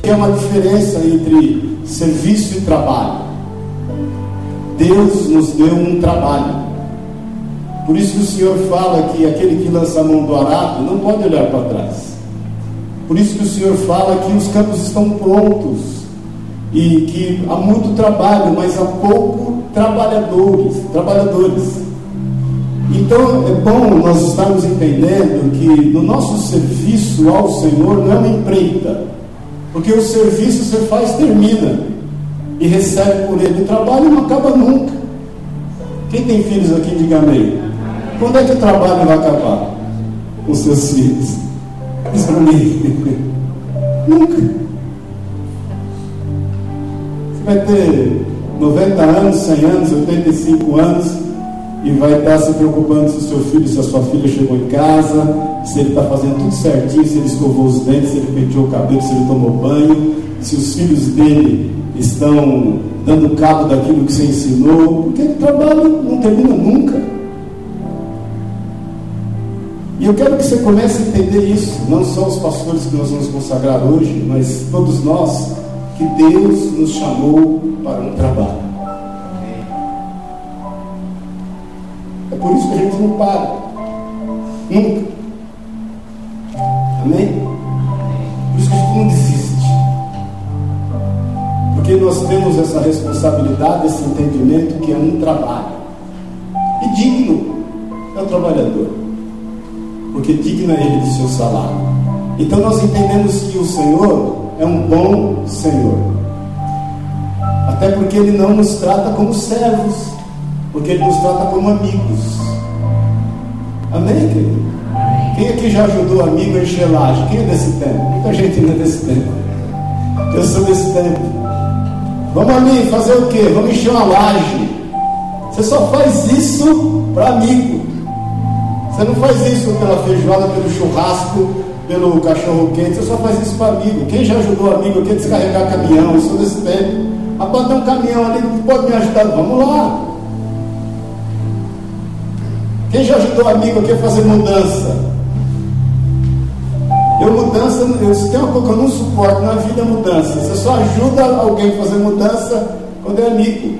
que é uma diferença entre serviço e trabalho. Deus nos deu um trabalho. Por isso que o Senhor fala que aquele que lança a mão do arado não pode olhar para trás. Por isso que o Senhor fala que os campos estão prontos e que há muito trabalho, mas há pouco trabalhadores. Então é bom nós estarmos entendendo que no nosso serviço ao Senhor não é uma empreita, porque o serviço você faz, termina e recebe por ele. O trabalho não acaba nunca. Quem tem filhos aqui, diga amém. Quando é que o trabalho vai acabar com seus filhos? Diz para mim. Nunca. Você vai ter 90 anos, 100 anos, 85 anos e vai estar se preocupando se o seu filho, se a sua filha chegou em casa, se ele está fazendo tudo certinho, se ele escovou os dentes, se ele penteou o cabelo, se ele tomou banho, se os filhos dele estão dando cabo daquilo que você ensinou, porque o trabalho não termina nunca. E eu quero que você comece a entender isso, não só os pastores que nós vamos consagrar hoje, mas todos nós, que Deus nos chamou para um trabalho. É por isso que a gente não para, nunca. Amém? Por isso que a gente não desiste, porque nós temos essa responsabilidade, esse entendimento que é um trabalho, e digno é o trabalhador, porque digno é ele do seu salário. Então nós entendemos que o Senhor é um bom Senhor, até porque Ele não nos trata como servos, porque Ele nos trata como amigos. Amém, querido? Quem aqui já ajudou amigo a encher laje? Quem é desse tempo? Muita gente não é desse tempo. Eu sou desse tempo. Vamos ali fazer o quê? Vamos encher uma laje. Você só faz isso para amigo. Você não faz isso pela feijoada, pelo churrasco, pelo cachorro quente. Você só faz isso para amigo. Quem já ajudou amigo aqui a descarregar caminhão? Eu sou desse tempo. Rapaz, tem um caminhão ali que pode me ajudar. Vamos lá. Quem já ajudou amigo aqui a fazer mudança? Se tem uma coisa que eu não suporto na vida, é mudança. Você só ajuda alguém a fazer mudança quando é amigo.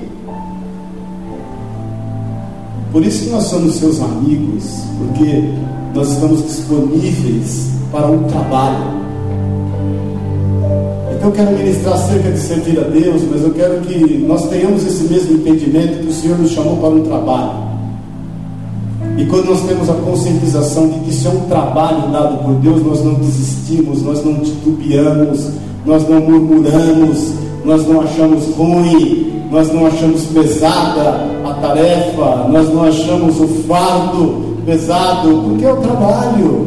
Por isso que nós somos seus amigos, porque nós estamos disponíveis para um trabalho. Então eu quero ministrar acerca de servir a Deus, mas eu quero que nós tenhamos esse mesmo entendimento que o Senhor nos chamou para um trabalho. E quando nós temos a conscientização de que isso é um trabalho dado por Deus, nós não desistimos, nós não titubeamos, nós não murmuramos, nós não achamos ruim, nós não achamos pesada a tarefa, nós não achamos o fardo pesado, porque é o trabalho.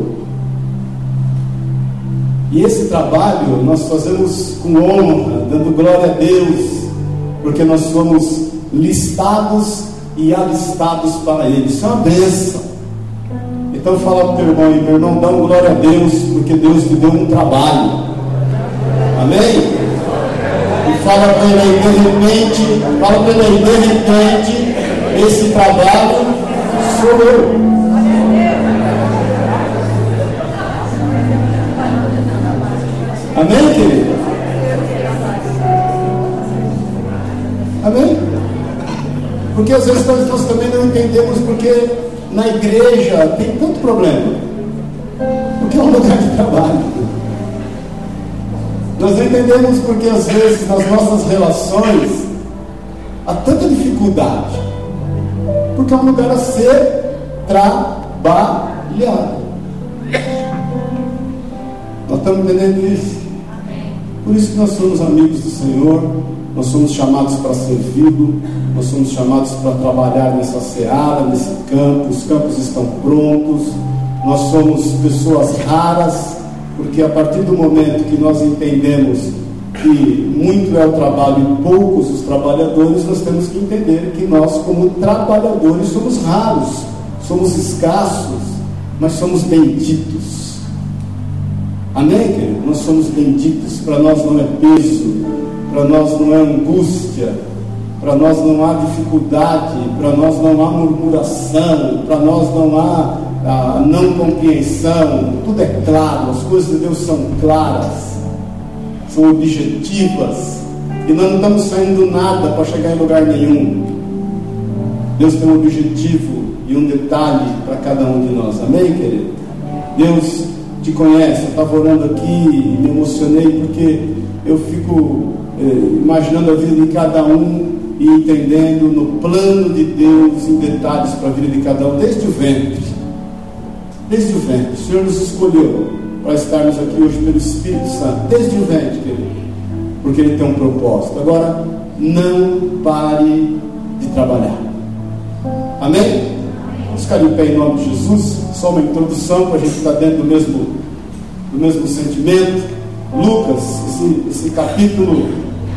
E esse trabalho nós fazemos com honra, dando glória a Deus, porque nós somos listados e alistados para Ele. Isso é uma bênção. Então fala para o teu irmão, meu irmão, dá glória a Deus, porque Deus te deu um trabalho. Amém? E fala para ele aí, de repente, esse trabalho sou eu. Amém, querido? Amém? Porque às vezes nós também não entendemos, porque na igreja tem tanto problema, porque é um lugar de trabalho. Nós não entendemos porque às vezes nas nossas relações há tanta dificuldade, porque é um lugar a ser trabalhado. Nós estamos entendendo isso? Por isso que nós somos amigos do Senhor, nós somos chamados para servi-lo, nós somos chamados para trabalhar nessa seara, nesse campo. Os campos estão prontos, nós somos pessoas raras, porque a partir do momento que nós entendemos que muito é o trabalho e poucos os trabalhadores, nós temos que entender que nós, como trabalhadores, somos raros, somos escassos, mas somos benditos. Amém, querido? Nós somos benditos. Para nós não é peso, para nós não é angústia, para nós não há dificuldade, para nós não há murmuração, para nós não há não compreensão. Tudo é claro, as coisas de Deus são claras. são objetivas, e nós não estamos saindo do nada para chegar em lugar nenhum. Deus tem um objetivo e um detalhe para cada um de nós, amém, querido? Deus te conhece. Eu estava orando aqui e me emocionei porque eu fico imaginando a vida de cada um e entendendo no plano de Deus em detalhes para a vida de cada um, desde o ventre. Desde o ventre. O Senhor nos escolheu para estarmos aqui hoje pelo Espírito Santo, desde o ventre, querido, porque Ele tem um propósito. Agora, não pare de trabalhar, amém? Vamos ficar em pé em nome de Jesus. Só uma introdução para a gente estar dentro do mesmo sentimento. Lucas, esse capítulo,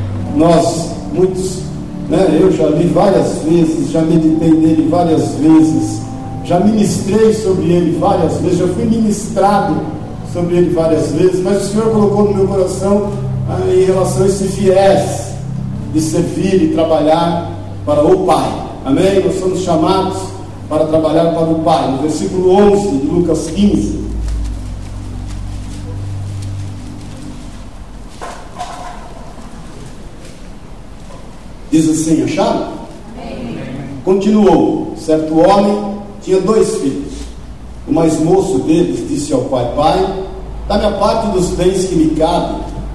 eu já li várias vezes, já meditei nele várias vezes, já ministrei sobre ele várias vezes, já fui ministrado sobre ele várias vezes, mas o Senhor colocou no meu coração em relação a esse viés de servir e trabalhar para o Pai, amém? Nós somos chamados para trabalhar para o Pai. No versículo 11 de Lucas 15, diz assim, acharam? Continuou: certo homem tinha 2 filhos. O mais moço deles disse ao pai: Pai, dá-me a parte dos bens que me cabem.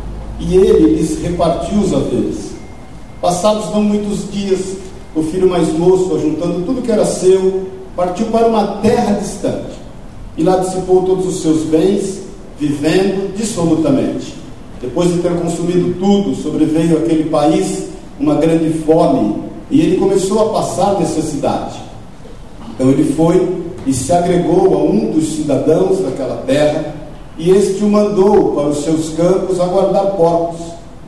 E ele lhes repartiu os haveres. Passados não muitos dias, o filho mais moço, ajuntando tudo que era seu, partiu para uma terra distante, e lá dissipou todos os seus bens, vivendo dissolutamente. Depois de ter consumido tudo, sobreveio àquele país uma grande fome, e ele começou a passar necessidade. Então ele foi e se agregou a um dos cidadãos daquela terra, e este o mandou para os seus campos a guardar porcos.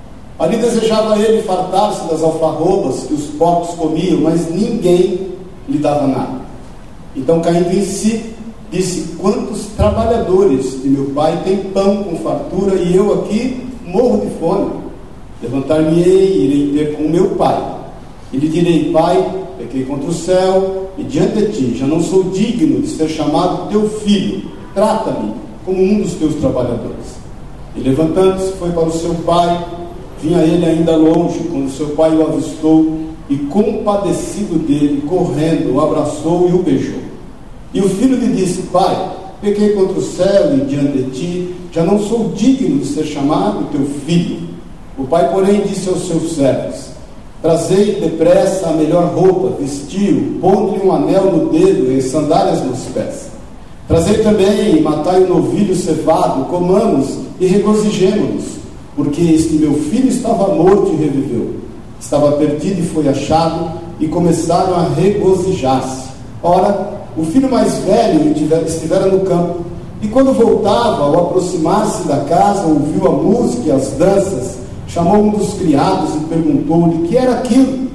Ali desejava ele fartar-se das alfarrobas que os porcos comiam, mas ninguém lhe dava nada. Então, caindo em si, disse: quantos trabalhadores de meu pai têm pão com fartura, e eu aqui morro de fome? Levantar-me-ei e irei ter com meu pai, e lhe direi: Pai, pequei contra o céu e diante de ti, já não sou digno de ser chamado teu filho, trata-me como um dos teus trabalhadores. E levantando-se, foi para o seu pai. Vinha ele ainda longe, quando seu pai o avistou, e compadecido dele, correndo, o abraçou e o beijou. E o filho lhe disse: Pai, pequei contra o céu e diante de ti, já não sou digno de ser chamado teu filho. O pai, porém, disse aos seus servos: trazei depressa a melhor roupa, vestiu, pondo-lhe um anel no dedo e sandálias nos pés. Trazei também e matai o novilho cevado, comamos e regozijemo-nos, porque este meu filho estava morto e reviveu, estava perdido e foi achado, e começaram a regozijar-se. Ora, o filho mais velho estivera no campo, e quando voltava, ao aproximar-se da casa, ouviu a música e as danças, chamou um dos criados e perguntou-lhe: que era aquilo?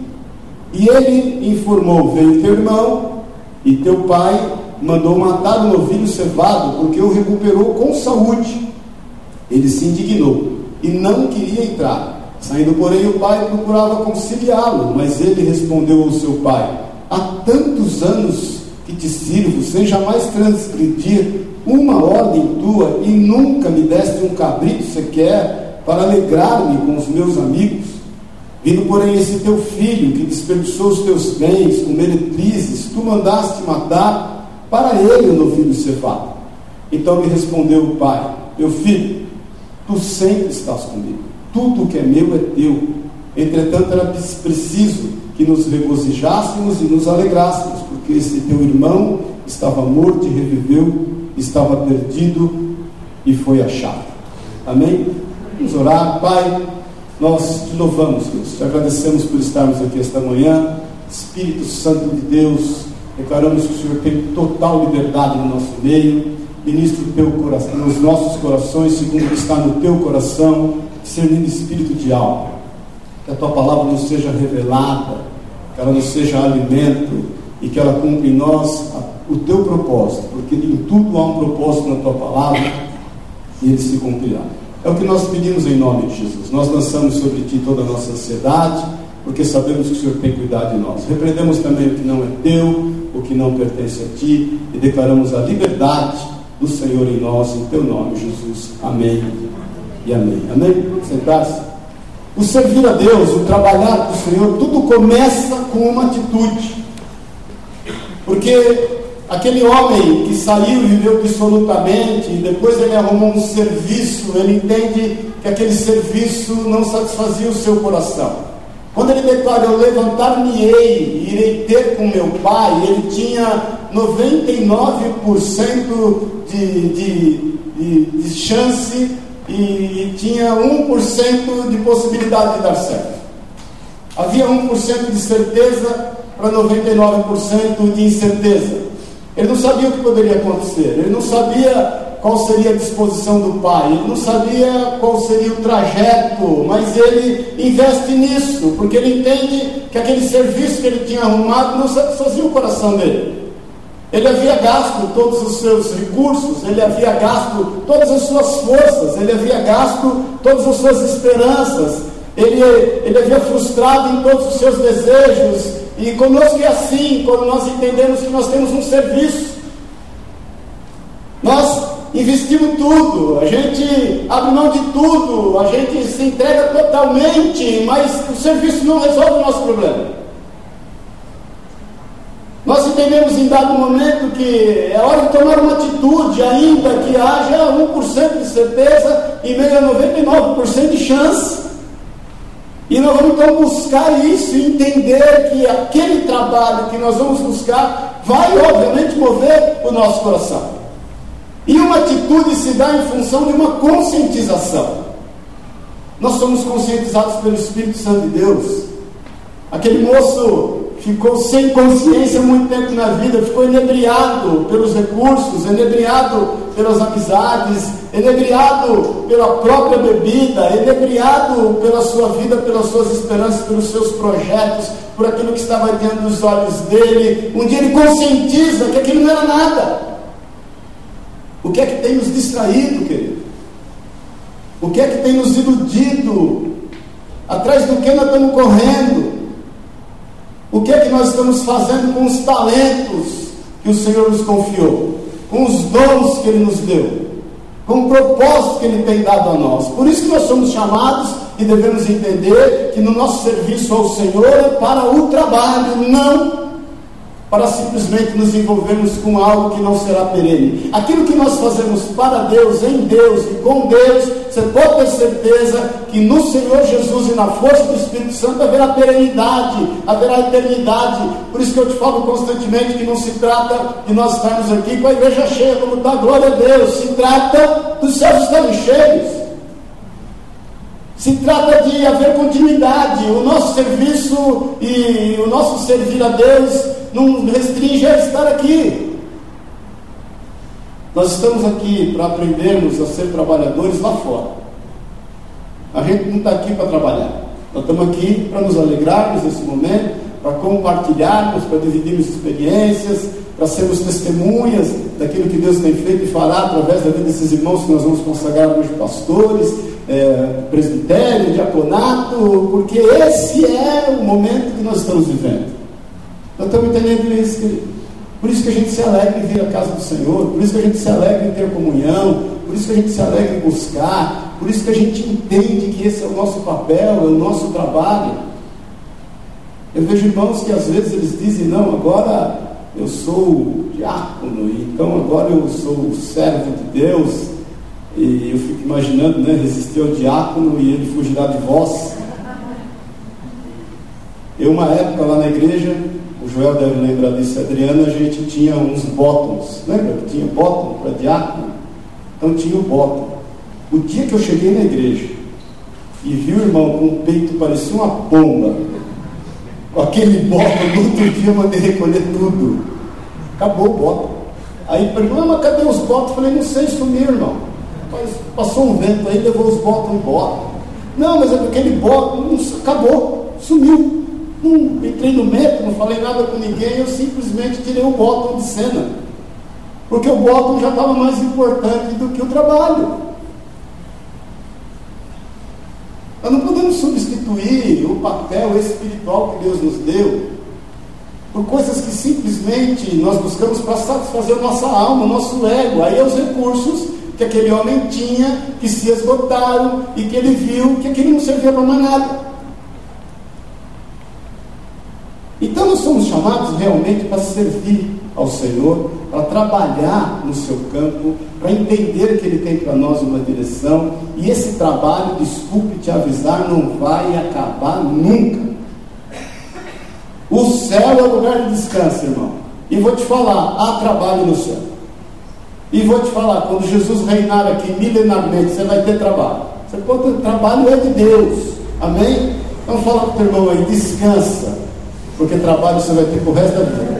E ele informou: veio teu irmão, e teu pai mandou matar o novilho cevado, porque o recuperou com saúde. Ele se indignou e não queria entrar. Saindo, porém, o pai procurava conciliá-lo, mas ele respondeu ao seu pai: há tantos anos que te sirvo, sem jamais transgredir uma ordem tua, e nunca me deste um cabrito sequer para alegrar-me com os meus amigos. Vindo, porém, esse teu filho, que desperdiçou os teus bens com meretrizes, tu mandaste matar para ele o novilho cevado. Então lhe respondeu o pai: meu filho, tu sempre estás comigo, tudo o que é meu é teu. Entretanto, era preciso que nos regozijássemos e nos alegrássemos, porque esse teu irmão estava morto e reviveu, estava perdido e foi achado. Amém? Vamos orar. Pai, nós te louvamos, Deus, te agradecemos por estarmos aqui esta manhã. Espírito Santo de Deus, declaramos que o Senhor tem total liberdade no nosso meio. Ministre o teu coração, nos nossos corações, segundo o que está no teu coração, discernindo espírito de alma. Que a tua palavra nos seja revelada, que ela nos seja alimento, e que ela cumpra em nós o teu propósito, porque em tudo há um propósito na tua palavra, e ele se cumprirá. É o que nós pedimos em nome de Jesus. Nós lançamos sobre ti toda a nossa ansiedade, porque sabemos que o Senhor tem cuidado de nós. Repreendemos também o que não é teu, o que não pertence a ti, e declaramos a liberdade do Senhor em nós, em teu nome, Jesus. Amém. e amém. Amém? Sentar-se. O servir a Deus, o trabalhar para o Senhor, tudo começa com uma atitude. Porque aquele homem que saiu e viveu dissolutamente, e depois ele arrumou um serviço, ele entende que aquele serviço não satisfazia o seu coração. Quando ele declara, eu levantar-me-ei e irei ter com meu pai, ele tinha 99% de chance e tinha 1% de possibilidade de dar certo. Havia 1% de certeza para 99% de incerteza. Ele não sabia o que poderia acontecer, ele não sabia qual seria a disposição do pai, ele não sabia qual seria o trajeto, mas ele investe nisso, porque ele entende que aquele serviço que ele tinha arrumado não satisfazia o coração dele. Ele havia gasto todos os seus recursos, ele havia gasto todas as suas forças, ele havia gasto todas as suas esperanças, ele havia frustrado em todos os seus desejos. E conosco é assim, quando nós entendemos que nós temos um serviço, nós investimos tudo, a gente abre mão de tudo, a gente se entrega totalmente, mas o serviço não resolve o nosso problema. Nós entendemos em dado momento que é hora de tomar uma atitude, ainda que haja 1% de certeza e meio a 99% de chance. E nós vamos então buscar isso e entender que aquele trabalho que nós vamos buscar vai obviamente mover o nosso coração. E uma atitude se dá em função de uma conscientização. Nós somos conscientizados pelo Espírito Santo de Deus. Aquele moço ficou sem consciência muito tempo na vida, ficou inebriado pelos recursos, inebriado pelas amizades, inebriado pela própria bebida, inebriado pela sua vida, pelas suas esperanças, pelos seus projetos, por aquilo que estava diante dos olhos dele. Um dia ele conscientiza que aquilo não era nada. O que é que tem nos distraído, querido? O que é que tem nos iludido? Atrás do que nós estamos correndo? O que é que nós estamos fazendo com os talentos que o Senhor nos confiou? Com os dons que Ele nos deu? Com o propósito que Ele tem dado a nós? Por isso que nós somos chamados e devemos entender que no nosso serviço ao Senhor é para o trabalho, não para simplesmente nos envolvermos com algo que não será perene. Aquilo que nós fazemos para Deus, em Deus e com Deus, você pode ter certeza que no Senhor Jesus e na força do Espírito Santo haverá perenidade, haverá eternidade. Por isso que eu te falo constantemente que não se trata de nós estarmos aqui com a igreja cheia, como está, glória a Deus. Se trata dos céus estarem cheios. Se trata de haver continuidade. O nosso serviço e o nosso servir a Deus não restringe a estar aqui. Nós estamos aqui para aprendermos a ser trabalhadores lá fora. A gente não está aqui para trabalhar. Nós estamos aqui para nos alegrarmos nesse momento, para compartilharmos, para dividirmos experiências, para sermos testemunhas daquilo que Deus tem feito e fará através da vida desses irmãos que nós vamos consagrar hoje, pastores, presbitério, diaconato, porque esse é o momento que nós estamos vivendo. Nós estamos entendendo isso, querido. Por isso que a gente se alegra em vir à casa do Senhor, por isso que a gente se alegra em ter comunhão, por isso que a gente se alegra em buscar, por isso que a gente entende que esse é o nosso papel, é o nosso trabalho. Eu vejo irmãos que às vezes eles dizem, não, agora eu sou diácono, então agora eu sou o servo de Deus, e eu fico imaginando, né, resistir ao diácono e ele fugirá de vós. Eu, uma época lá na igreja, o Joel deve lembrar disso, a Adriana, a gente tinha uns bottoms, lembra que tinha bottom para diácono? Então tinha o bottom. O dia que eu cheguei na igreja e vi o irmão com o peito parecia uma pomba, com aquele bottom, no outro dia eu mandei recolher tudo. Acabou o bottom. Aí perguntou, mas cadê os bottom? Eu falei, não sei, sumiu, irmão. Mas passou um vento aí, levou os bottom embora. Não, mas aquele bottom acabou, sumiu. Não entrei no metro, não falei nada com ninguém, eu simplesmente tirei o bottom de cena, porque o bottom já estava mais importante do que o trabalho. Nós não podemos substituir o papel espiritual que Deus nos deu por coisas que simplesmente nós buscamos para satisfazer a nossa alma, o nosso ego. Aí é os recursos que que aquele homem tinha, que se esgotaram, e que ele viu que aquilo não servia para mais nada. Então nós somos chamados realmente para servir ao Senhor, para trabalhar no seu campo, para entender que Ele tem para nós uma direção, e esse trabalho, desculpe te avisar, não vai acabar nunca. O céu é o lugar de descanso, irmão. E vou te falar, há trabalho no céu. E vou te falar, quando Jesus reinar aqui milenarmente, você vai ter trabalho. Você pode ter trabalho, é de Deus. Amém? Então fala para o teu irmão aí, descansa, porque trabalho você vai ter pro resto da vida.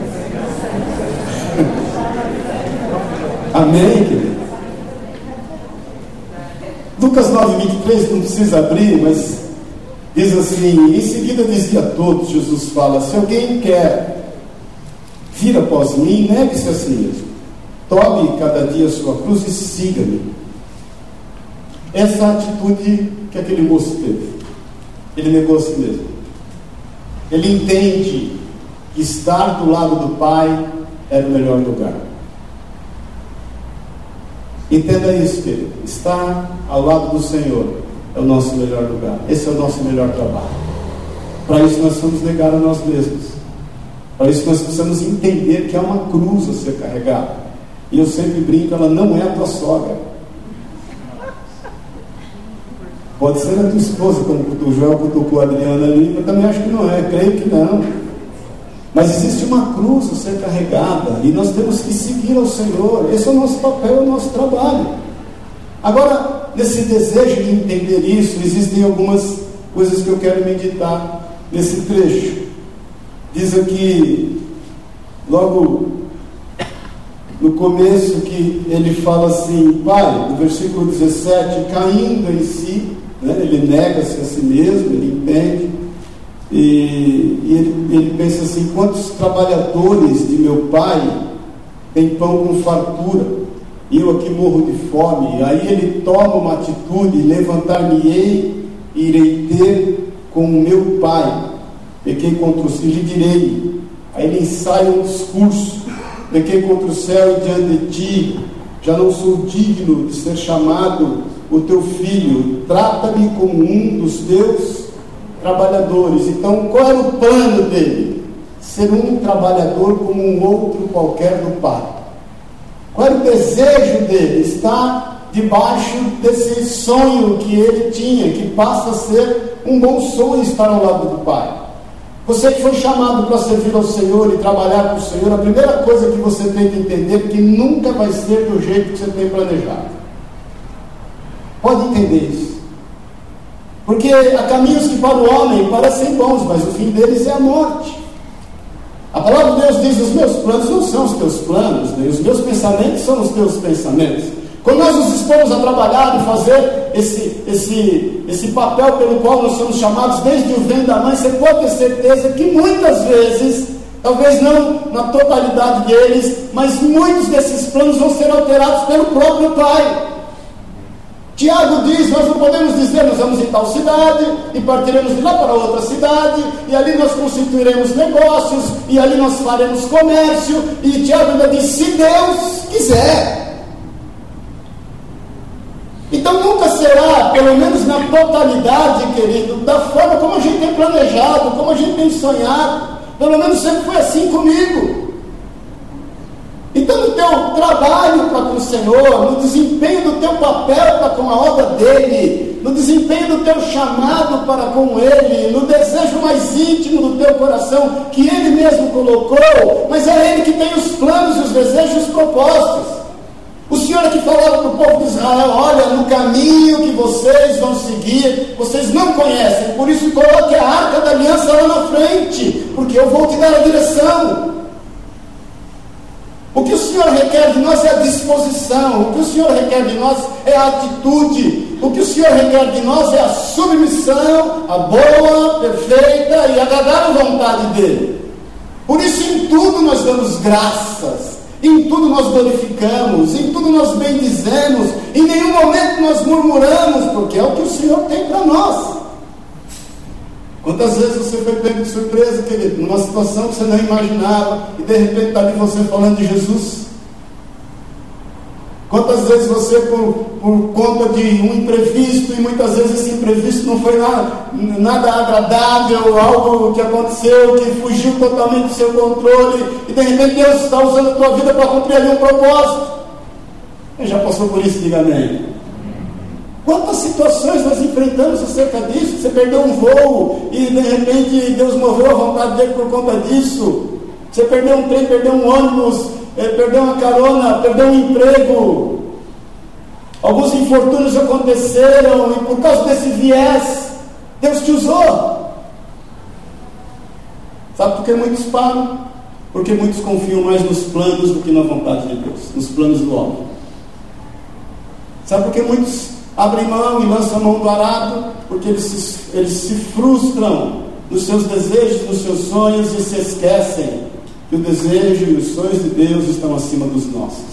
Amém, querido? Lucas 9:23, não precisa abrir, mas diz assim: em seguida dizia a todos, Jesus fala: se alguém quer vir após mim, negue-se a si mesmo, tome cada dia a sua cruz e siga-me. Essa é a atitude que aquele moço teve. Ele negou a si mesmo. Ele entende que estar do lado do Pai era o melhor lugar. Entenda isso, querido. Estar ao lado do Senhor é o nosso melhor lugar. Esse é o nosso melhor trabalho. Para isso nós vamos negar a nós mesmos. Para isso nós precisamos entender que há uma cruz a ser carregada. E eu sempre brinco, ela não é a tua sogra. Pode ser a tua esposa, como o Joel cutucou a Adriana ali, mas também acho que não é, creio que não. Mas existe uma cruz a ser carregada, e nós temos que seguir ao Senhor. Esse é o nosso papel, é o nosso trabalho. Agora, nesse desejo de entender isso, existem algumas coisas que eu quero meditar nesse trecho. Diz aqui, logo no começo, que ele fala assim: Pai, no versículo 17, caindo em si, né, ele nega-se a si mesmo, ele entende. E ele pensa assim: quantos trabalhadores de meu pai têm pão com fartura, e eu aqui morro de fome? Aí ele toma uma atitude: levantar-me-ei e irei ter com o meu pai. Pequei contra o céu e lhe direi. Aí ele ensaia um discurso: pequei contra o céu e diante de ti, já não sou digno de ser chamado o teu filho, trata-me como um dos teus trabalhadores. Então, qual era o plano dele? Ser um trabalhador como um outro qualquer do Pai. Qual era o desejo dele? Estar debaixo desse sonho que ele tinha, que passa a ser um bom sonho, estar ao lado do Pai. Você que foi chamado para servir ao Senhor e trabalhar com o Senhor, a primeira coisa que você tem que entender é que nunca vai ser do jeito que você tem planejado. Pode entender isso. Porque há caminhos que para o homem parecem bons, mas o fim deles é a morte. A palavra de Deus diz: os meus planos não são os teus planos, nem os meus pensamentos são os teus pensamentos. Quando nós nos dispomos a trabalhar e fazer esse papel pelo qual nós somos chamados desde o ventre da mãe, você pode ter certeza que muitas vezes, talvez não na totalidade deles, mas muitos desses planos vão ser alterados pelo próprio Pai. Tiago diz: nós não podemos dizer nós vamos em tal cidade e partiremos de lá para outra cidade, e ali nós constituiremos negócios, e ali nós faremos comércio. E Tiago ainda diz: se Deus quiser. Então nunca será, pelo menos na totalidade, querido, da forma como a gente tem planejado, como a gente tem sonhado. Pelo menos sempre foi assim comigo. Então, no teu trabalho para com o Senhor, no desempenho do teu papel para com a obra dEle, no desempenho do teu chamado para com Ele, no desejo mais íntimo do teu coração, que Ele mesmo colocou, mas é Ele que tem os planos, os desejos, os propósitos. O Senhor aqui falava para o povo de Israel: olha, no caminho que vocês vão seguir, vocês não conhecem, por isso coloque a arca da aliança lá na frente, porque eu vou te dar a direção. O que o Senhor requer de nós é a disposição, o que o Senhor requer de nós é a atitude, o que o Senhor requer de nós é a submissão, a boa, perfeita e agradável vontade dEle. Por isso, em tudo nós damos graças, em tudo nós glorificamos, em tudo nós bendizemos, em nenhum momento nós murmuramos, porque é o que o Senhor tem para nós. Quantas vezes você foi pego de surpresa, querido, numa situação que você não imaginava, e de repente está ali você falando de Jesus? Quantas vezes você, por conta de um imprevisto, e muitas vezes esse imprevisto não foi nada agradável, algo que aconteceu, que fugiu totalmente do seu controle, e de repente Deus está usando a tua vida para cumprir ali um propósito. Quem já passou por isso, diga amém. Quantas situações nós enfrentamos acerca disso? Você perdeu um voo, e de repente Deus moveu a vontade dele por conta disso. Você perdeu um trem, perdeu um ônibus, perdeu uma carona, perdeu um emprego. Alguns infortúnios aconteceram e por causa desse viés, Deus te usou. Sabe por que muitos param? Porque muitos confiam mais nos planos do que na vontade de Deus, nos planos do homem. Sabe por que muitos abrem mão e lançam a mão do arado? Porque eles se frustram nos seus desejos, nos seus sonhos, e se esquecem que o desejo e os sonhos de Deus estão acima dos nossos.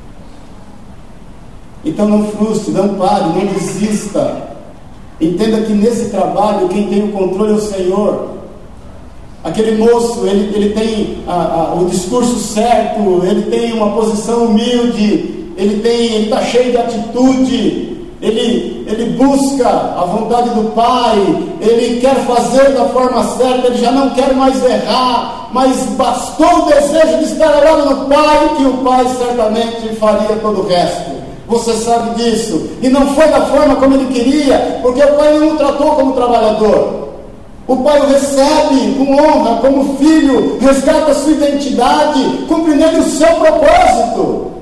Então não frustre, não pare, não desista. Entenda que nesse trabalho quem tem o controle é o Senhor. Aquele moço, ele tem o discurso certo, ele tem uma posição humilde, ele está cheio de atitude, ele busca a vontade do Pai, ele quer fazer da forma certa, ele já não quer mais errar, mas bastou o desejo de estar ao lado do Pai, que o Pai certamente faria todo o resto. Você sabe disso. E não foi da forma como ele queria, porque o Pai não o tratou como trabalhador. O Pai o recebe com honra, como filho, resgata a sua identidade, cumpre nele o seu propósito.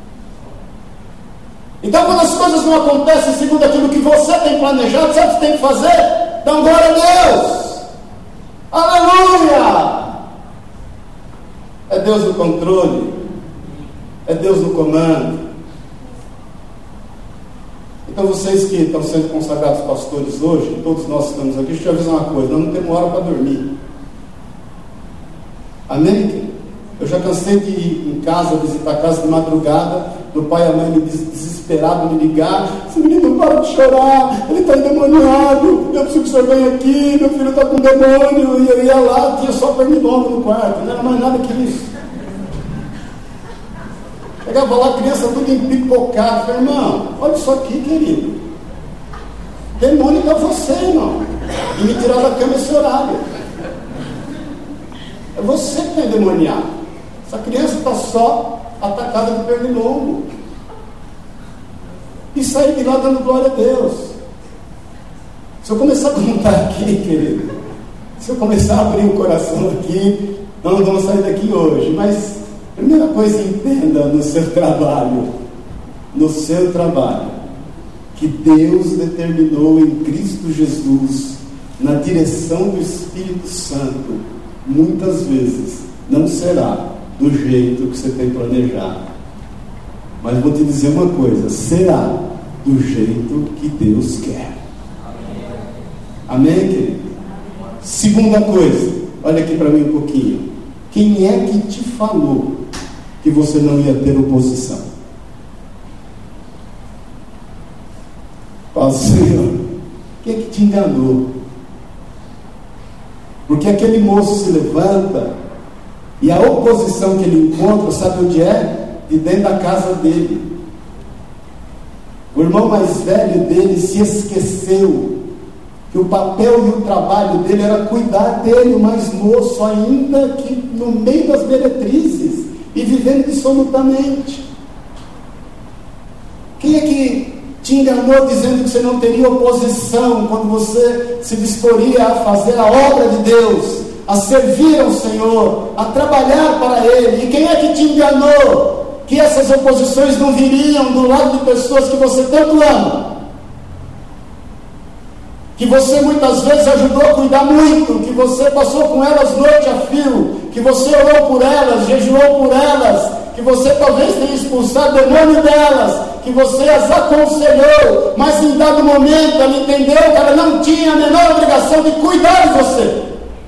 Então, quando as coisas não acontecem segundo aquilo que você tem planejado, sabe o que tem que fazer? Dá glória a Deus. Aleluia! É Deus no controle, é Deus no comando. Então, vocês que estão sendo consagrados pastores hoje, todos nós estamos aqui, deixa eu avisar uma coisa: nós não temos hora para dormir. Amém? Eu já cansei de ir em casa, visitar a casa de madrugada, do pai e a mãe desesperado me ligar: esse menino não para de chorar, ele está endemoniado, eu preciso que o senhor venha aqui, meu filho está com demônio. E eu ia lá, tinha só pernilongo no quarto, não era mais nada que isso. Chegava lá, a criança tudo empipocada. Falei: irmão, olha isso aqui, querido. Demônio é você, irmão. E me tirar da cama esse horário. É você que está endemoniado. Essa criança está só atacada de pernilongo. E sair de lá dando glória a Deus. Se eu começar a contar aqui, querido, se eu começar a abrir o coração aqui, nós não vamos sair daqui hoje. Mas primeira coisa, entenda no seu trabalho, que Deus determinou em Cristo Jesus, na direção do Espírito Santo, muitas vezes não será do jeito que você tem planejado, mas vou te dizer uma coisa: será do jeito que Deus quer. Amém, querido? Segunda coisa, olha aqui para mim um pouquinho: quem é que te falou que você não ia ter oposição? Fala: Senhor, quem é que te enganou? Porque aquele moço se levanta e a oposição que ele encontra, sabe onde é? De dentro da casa dele. O irmão mais velho dele se esqueceu que o papel e o trabalho dele era cuidar dele, o mais moço, ainda que no meio das meretrizes e vivendo dissolutamente. Quem é que te enganou dizendo que você não teria oposição quando você se disporia a fazer a obra de Deus, a servir ao Senhor, a trabalhar para Ele? E quem é que te enganou que essas oposições não viriam do lado de pessoas que você tanto ama, que você muitas vezes ajudou a cuidar muito, que você passou com elas noite a fio, que você orou por elas, jejuou por elas, que você talvez tenha expulsado o demônio delas, que você as aconselhou, mas em dado momento ela entendeu que ela não tinha a menor obrigação de cuidar de você.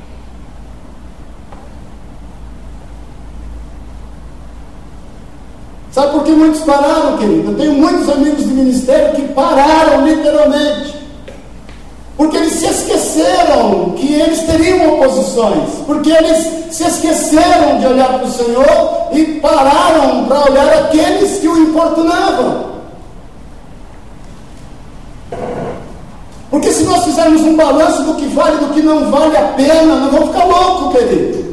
Sabe por que muitos pararam, querido? Eu tenho muitos amigos de ministério que pararam literalmente. Porque eles se esqueceram que eles teriam oposições, porque eles se esqueceram de olhar para o Senhor e pararam para olhar aqueles que o importunavam. Porque se nós fizermos um balanço do que vale e do que não vale a pena, nós vamos ficar loucos, querido.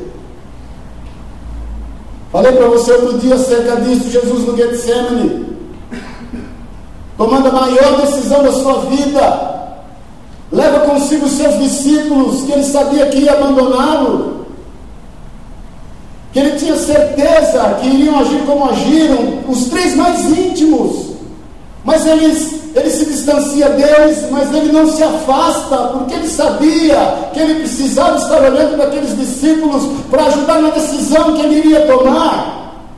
Falei para você outro dia acerca disso, Jesus no Getsemane, tomando a maior decisão da sua vida, leva consigo os seus discípulos, que ele sabia que ia abandoná-lo, que ele tinha certeza que iriam agir como agiram, os três mais íntimos, mas ele se distancia deles, mas ele não se afasta, porque ele sabia que ele precisava estar olhando para aqueles discípulos para ajudar na decisão que ele iria tomar.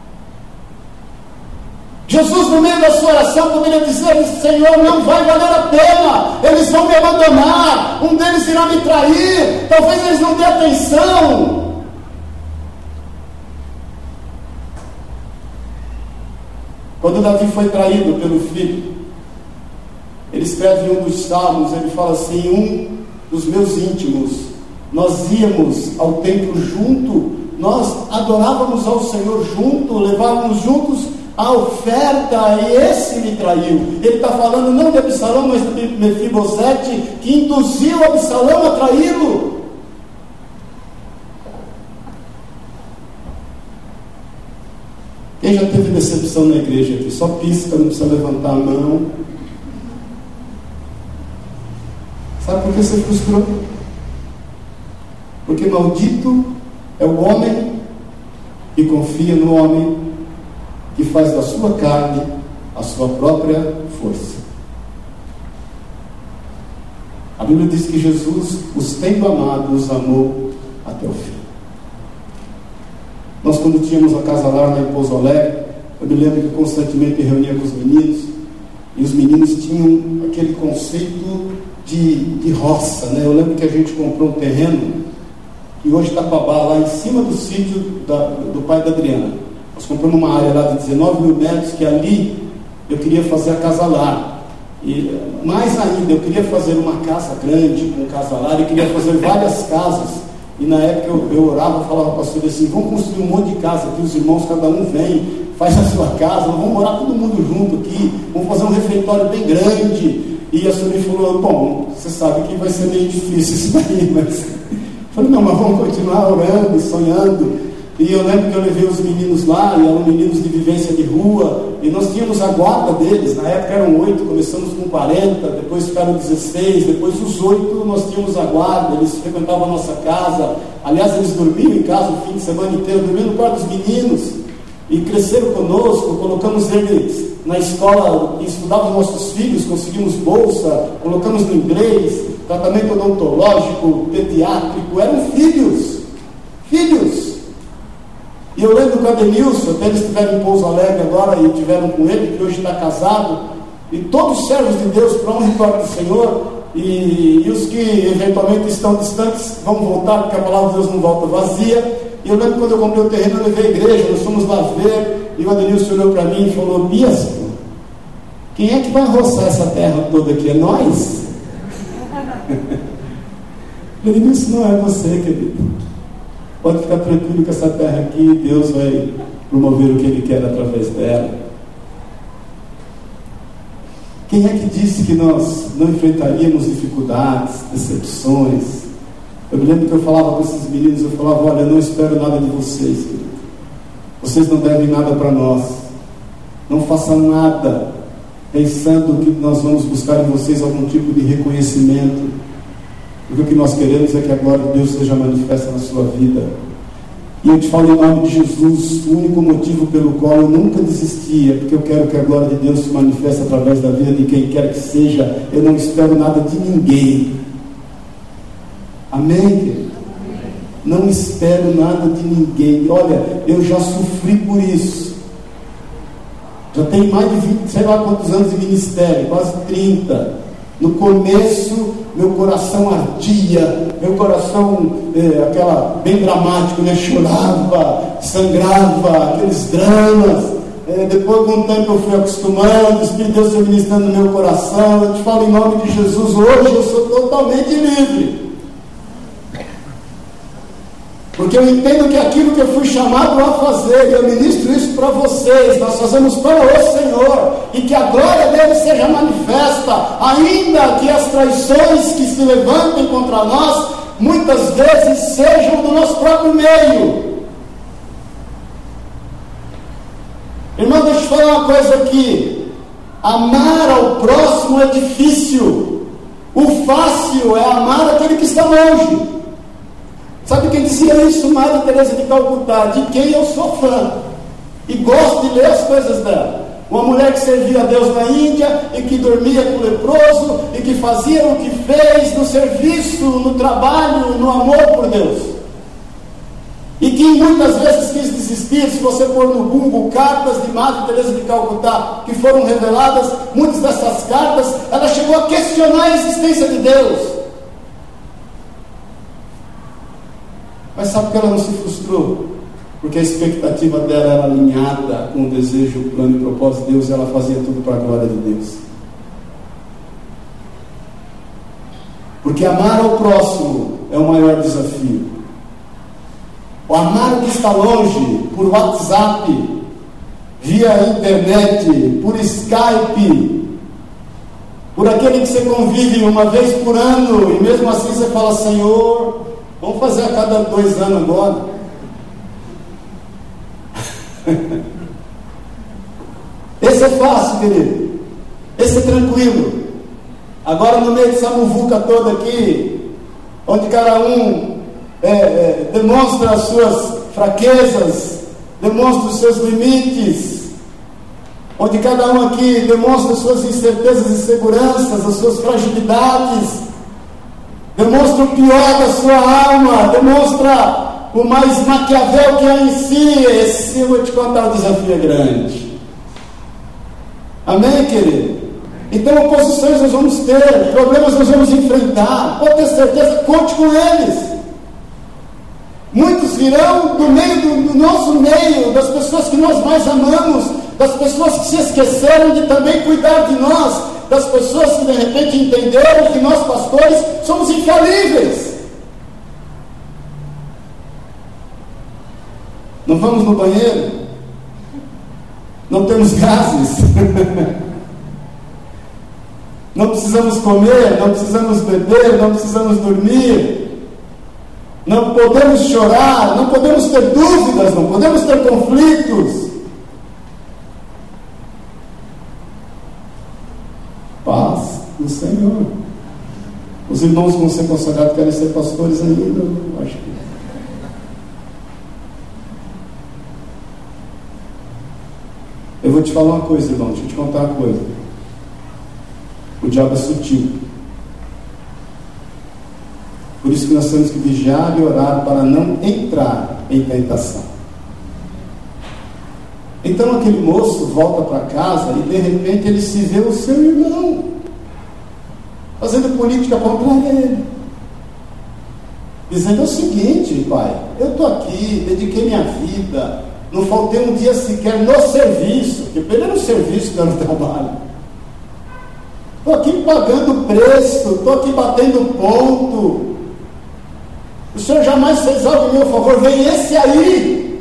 Jesus, no meio da sua oração, poderia dizer: Senhor, não vai valer a pena, eles vão me abandonar, um deles irá me trair, talvez eles não dêem atenção. Quando Davi foi traído pelo filho, ele escreve em um dos salmos, ele fala assim: um dos meus íntimos, nós íamos ao templo junto, nós adorávamos ao Senhor junto, levávamos juntos a oferta, e esse me traiu. Ele está falando não de Absalão, mas de Mefibosete, que induziu Absalão a traí-lo. Quem já teve decepção na igreja aqui? Só pisca, não precisa levantar a mão. Sabe por que você frustrou? Porque maldito é o homem que confia no homem, que faz da sua carne a sua própria força. A Bíblia diz que Jesus, os tendo amado, os amou até o fim. Nós, quando tínhamos a Casa Lar lá em Pouso Alegre, eu me lembro que constantemente reunia com os meninos, e os meninos tinham aquele conceito de roça, né? Eu lembro que a gente comprou um terreno que hoje está para lá em cima do sítio do pai da Adriana. Nós compramos uma área lá de 19 mil metros, que ali eu queria fazer a Casa Lar. E mais ainda, eu queria fazer uma casa grande com Casa Lar, e queria fazer várias casas. E na época eu orava, falava para o pastor assim: vamos construir um monte de casa aqui, os irmãos, cada um vem, faz a sua casa, vamos morar todo mundo junto aqui, vamos fazer um refeitório bem grande. E a senhora falou: bom, você sabe que vai ser meio difícil isso daí, mas eu falei: não, mas vamos continuar orando e sonhando. E eu lembro que eu levei os meninos lá, e eram meninos de vivência de rua, e nós tínhamos a guarda deles. Na época eram 8, começamos com 40, depois ficaram 16, depois os 8 nós tínhamos a guarda, eles frequentavam a nossa casa. Aliás, eles dormiam em casa o fim de semana inteiro, dormiam no quarto dos meninos, e cresceram conosco. Colocamos eles na escola, estudavam nossos filhos, conseguimos bolsa, colocamos no inglês, tratamento odontológico, pediátrico, eram filhos. E eu lembro que o Adenilson, até eles estiveram em Pouso Alegre agora, e tiveram com ele, que hoje está casado, e todos os servos de Deus, para honra e glória do Senhor, e os que eventualmente estão distantes vão voltar, porque a palavra de Deus não volta vazia. E eu lembro quando eu comprei o terreno, eu levei a igreja, nós fomos lá ver, e o Adenilson olhou para mim e falou: Bispo, quem é que vai roçar essa terra toda aqui? É nós? Adenilson, não é você, querido. Pode ficar tranquilo que essa terra aqui, Deus vai promover o que Ele quer através dela. Quem é que disse que nós não enfrentaríamos dificuldades, decepções? Eu me lembro que eu falava com esses meninos, eu falava: olha, eu não espero nada de vocês, querido. Vocês não devem nada para nós. Não façam nada pensando que nós vamos buscar em vocês algum tipo de reconhecimento, porque o que nós queremos é que a glória de Deus seja manifesta na sua vida. E eu te falo em nome de Jesus, o único motivo pelo qual eu nunca desisti é porque eu quero que a glória de Deus se manifeste através da vida de quem quer que seja. Eu não espero nada de ninguém. Amém, querido? Não espero nada de ninguém. Olha, eu já sofri por isso. Já tenho mais de 20, sei lá quantos anos de ministério, quase 30. No começo, meu coração ardia, meu coração, bem dramático, né? Chorava, sangrava, aqueles dramas. depois de algum tempo eu fui acostumando, o Espírito de Deus foi ministrando no meu coração. Eu te falo em nome de Jesus, hoje eu sou totalmente livre. Porque eu entendo que aquilo que eu fui chamado a fazer, e eu ministro isso para vocês, nós fazemos para o Senhor, e que a glória dele seja manifesta, ainda que as traições que se levantem contra nós, muitas vezes sejam do nosso próprio meio. Irmão, deixa eu te falar uma coisa aqui. Amar ao próximo é difícil. O fácil é amar aquele que está longe. Sabe quem dizia isso? Maria Teresa de Calcutá, de quem eu sou fã e gosto de ler as coisas dela. Uma mulher que servia a Deus na Índia e que dormia com o leproso e que fazia o que fez no serviço, no trabalho, no amor por Deus. E que muitas vezes quis desistir. Se você pôr no Google cartas de Madre Teresa de Calcutá que foram reveladas, muitas dessas cartas, ela chegou a questionar a existência de Deus. Mas sabe que ela não se frustrou? Porque a expectativa dela era alinhada com o desejo, o plano e o propósito de Deus, e ela fazia tudo para a glória de Deus. Porque amar ao próximo é o maior desafio. O amar o que está longe, por WhatsApp, via internet, por Skype, por aquele que você convive uma vez por ano, e mesmo assim você fala: Senhor, vamos fazer a cada 2 anos agora. Esse é fácil, querido. Esse é tranquilo. Agora, no meio dessa muvuca toda aqui, onde cada um demonstra as suas fraquezas, demonstra os seus limites, onde cada um aqui demonstra as suas incertezas e inseguranças, as suas fragilidades, demonstra o pior da sua alma, demonstra o mais Maquiavel que há em si. Esse, eu vou te contar, o desafio é grande. Amém, querido? Então, oposições nós vamos ter, problemas nós vamos enfrentar. Pode ter certeza, conte com eles. Muitos virão do meio do nosso meio, das pessoas que nós mais amamos, das pessoas que se esqueceram de também cuidar de nós, das pessoas que de repente entenderam que nós pastores somos infalíveis. Não vamos no banheiro? Não temos gases? Não precisamos comer, não precisamos beber, não precisamos dormir, não podemos chorar, não podemos ter dúvidas, não podemos ter conflitos. Paz do Senhor. Os irmãos que vão ser consagrados querem ser pastores ainda? Eu acho que. Eu vou te falar uma coisa, irmão, deixa eu te contar uma coisa. O diabo é sutil. Por isso que nós temos que vigiar e orar para não entrar em tentação. Então aquele moço volta para casa e de repente ele se vê o seu irmão fazendo política contra ele, dizendo o seguinte: pai, eu estou aqui, dediquei minha vida, não faltei um dia sequer no serviço, porque para ele era um serviço, não era um trabalho. Estou aqui pagando preço, estou aqui batendo ponto. O Senhor jamais fez algo em meu favor. Vem esse aí,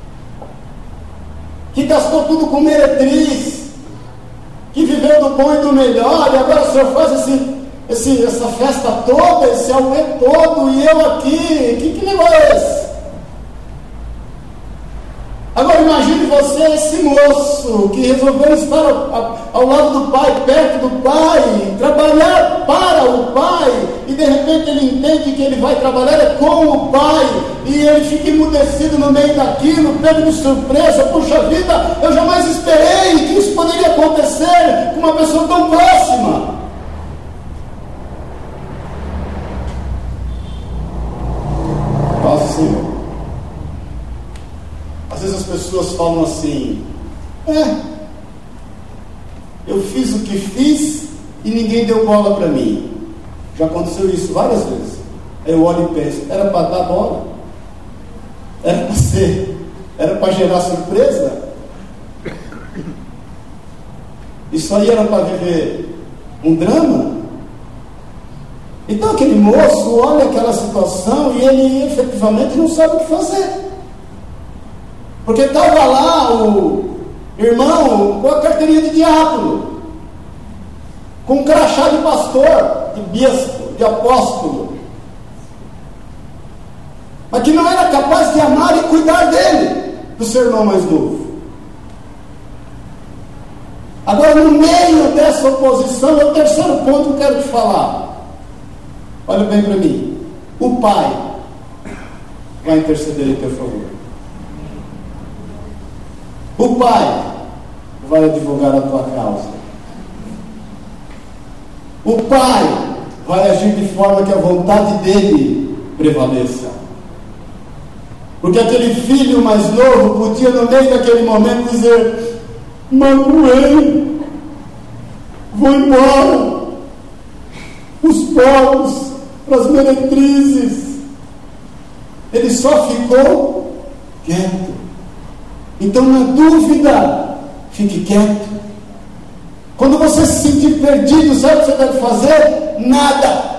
que gastou tudo com meretriz, que viveu do bom e do melhor, e agora o Senhor faz essa festa toda, esse auê todo, e eu aqui, que negócio é esse? Agora imagine você, esse moço que resolveu estar ao lado do pai, perto do pai, trabalhar para o pai, e de repente ele entende que ele vai trabalhar com o pai, e ele fica emudecido no meio daquilo, pego de surpresa. Puxa vida, eu jamais esperei que isso poderia acontecer com uma pessoa tão próxima. Paz do Senhor. Às vezes as pessoas falam assim: eu fiz o que fiz e ninguém deu bola para mim. Já aconteceu isso várias vezes. Aí eu olho e penso: era para dar bola? Era para gerar surpresa? Isso aí era para viver um drama? Então aquele moço olha aquela situação e ele efetivamente não sabe o que fazer. Porque estava lá o irmão com a carteirinha de diácono, com um crachá de pastor, de bispo, de apóstolo, mas que não era capaz de amar e cuidar dele, do seu irmão mais novo. Agora, no meio dessa oposição, é o terceiro ponto que eu quero te falar. Olha bem para mim. O pai vai interceder em teu favor. O pai vai advogar a tua causa. O pai vai agir de forma que a vontade dele prevaleça. Porque aquele filho mais novo podia, no meio daquele momento, dizer: magoei, vou embora, os povos, para as meretrizes. Ele só ficou quieto. Então, na dúvida, fique quieto. Quando você se sentir perdido, sabe o que você deve fazer? Nada.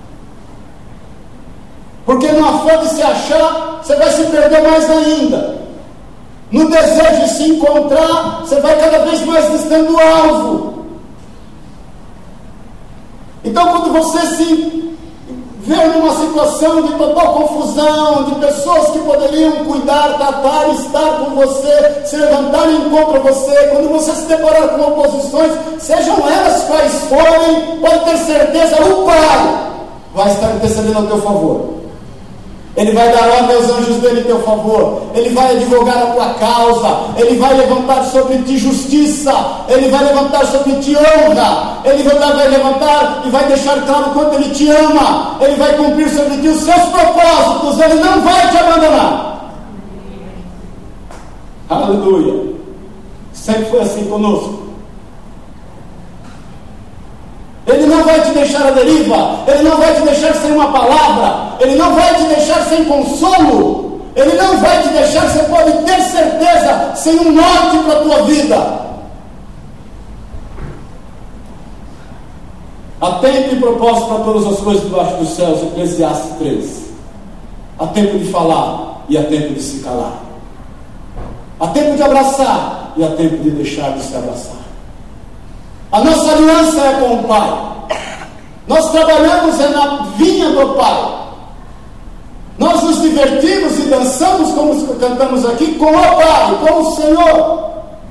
Porque no afã de se achar, você vai se perder mais ainda. No desejo de se encontrar, você vai cada vez mais distante do alvo. Então, quando você se vê numa situação de total confusão, de pessoas que poderiam cuidar, tratar, estar com você, se levantarem contra você, quando você se deparar com oposições, sejam elas quais forem, pode ter certeza, o Pai vai estar intercedendo ao teu favor. Ele vai dar ordem aos anjos dele em teu favor. Ele vai advogar a tua causa. Ele vai levantar sobre ti justiça. Ele vai levantar sobre ti honra. Ele vai levantar e vai deixar claro quanto ele te ama. Ele vai cumprir sobre ti os seus propósitos. Ele não vai te abandonar. Aleluia. Sempre foi assim conosco. Ele não vai te deixar à deriva. Ele não vai te deixar sem uma palavra. Ele não vai te deixar sem consolo. Ele não vai te deixar, você pode ter certeza, sem um norte para a tua vida. Há tempo e propósito para todas as coisas debaixo dos céus. Eclesiastes 3. Há tempo de falar e há tempo de se calar. Há tempo de abraçar e há tempo de deixar de se abraçar. A nossa aliança é com o Pai. Nós trabalhamos na vinha do Pai. Nós nos divertimos e dançamos, como cantamos aqui, com o Pai, com o Senhor.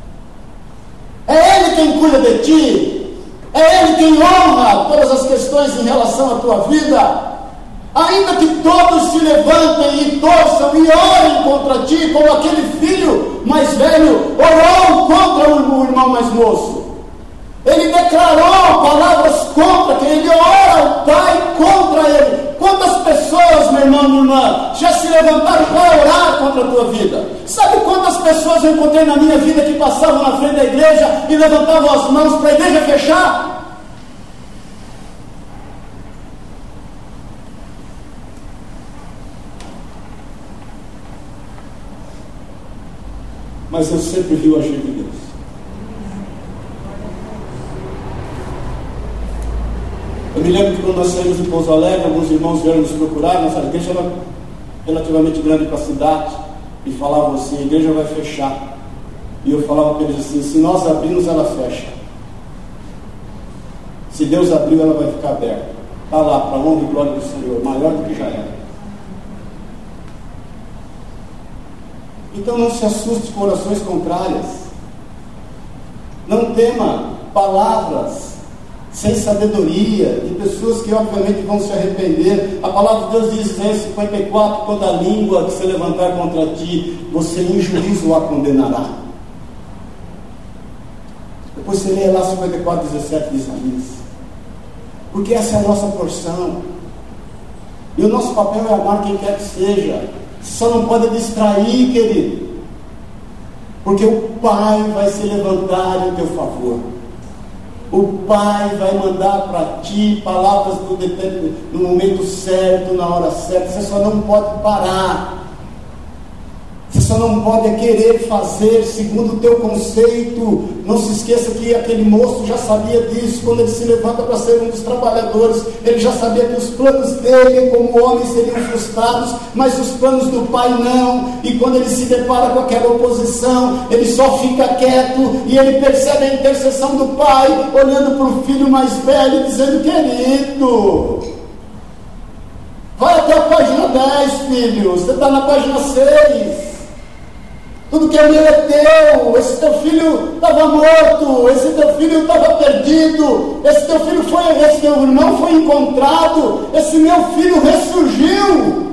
É Ele quem cuida de ti. É Ele quem honra todas as questões em relação à tua vida. Ainda que todos se levantem e torçam e orem contra ti, como aquele filho mais velho orou contra o irmão mais moço. Ele declarou palavras contra, que ele ora ao Pai contra ele. Quantas pessoas, meu irmão, minha irmã, já se levantaram para orar contra a tua vida? Sabe quantas pessoas eu encontrei na minha vida que passavam na frente da igreja e levantavam as mãos para a igreja fechar? Mas eu sempre vi o agir de Deus. Eu me lembro que quando nós saímos de Pouso Alegre, alguns irmãos vieram nos procurar. Nossa igreja era relativamente grande para a cidade, e falavam assim: a igreja vai fechar. E eu falava para eles assim: se nós abrirmos, ela fecha. Se Deus abriu, ela vai ficar aberta. Está lá, para a honra e glória do Senhor, maior do que já era. Então não se assuste com orações contrárias. Não tema palavras sem sabedoria, de pessoas que obviamente vão se arrepender. A palavra de Deus diz em Isaías 54: toda língua que se levantar contra ti, você em juízo a condenará. Depois você lê lá 54:17 de Isaías. Porque essa é a nossa porção. E o nosso papel é amar quem quer que seja. Você só não pode distrair, querido. Porque o Pai vai se levantar em teu favor. O Pai vai mandar para ti palavras no momento certo, na hora certa. Você só não pode parar. Você só não pode querer fazer segundo o teu conceito. Não se esqueça que aquele moço já sabia disso. Quando ele se levanta para ser um dos trabalhadores, ele já sabia que os planos dele como homem seriam frustrados, mas os planos do pai não. E quando ele se depara com aquela oposição, ele só fica quieto, e ele percebe a intercessão do pai, olhando para o filho mais velho, dizendo: querido, vai até a página 10, filho, você está na página 6. Tudo que é meu é teu. Esse teu filho estava morto, esse teu filho estava perdido, esse teu irmão foi encontrado, esse meu filho ressurgiu.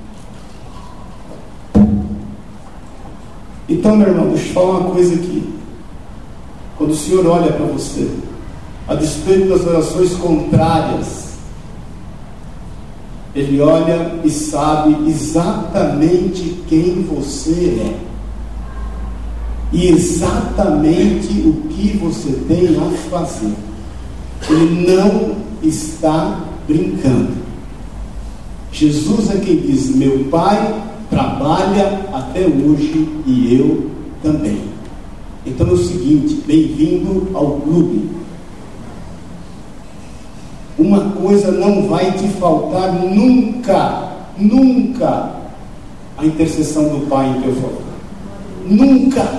Então, meu irmão, deixa eu falar uma coisa aqui. Quando o Senhor olha para você, a despeito das orações contrárias, Ele olha e sabe exatamente quem você é e exatamente o que você tem a fazer. Ele não está brincando. Jesus é quem diz: meu Pai trabalha até hoje e eu também. Então é o seguinte: bem-vindo ao clube. Uma coisa não vai te faltar nunca, nunca: a intercessão do Pai em teu favor. Nunca.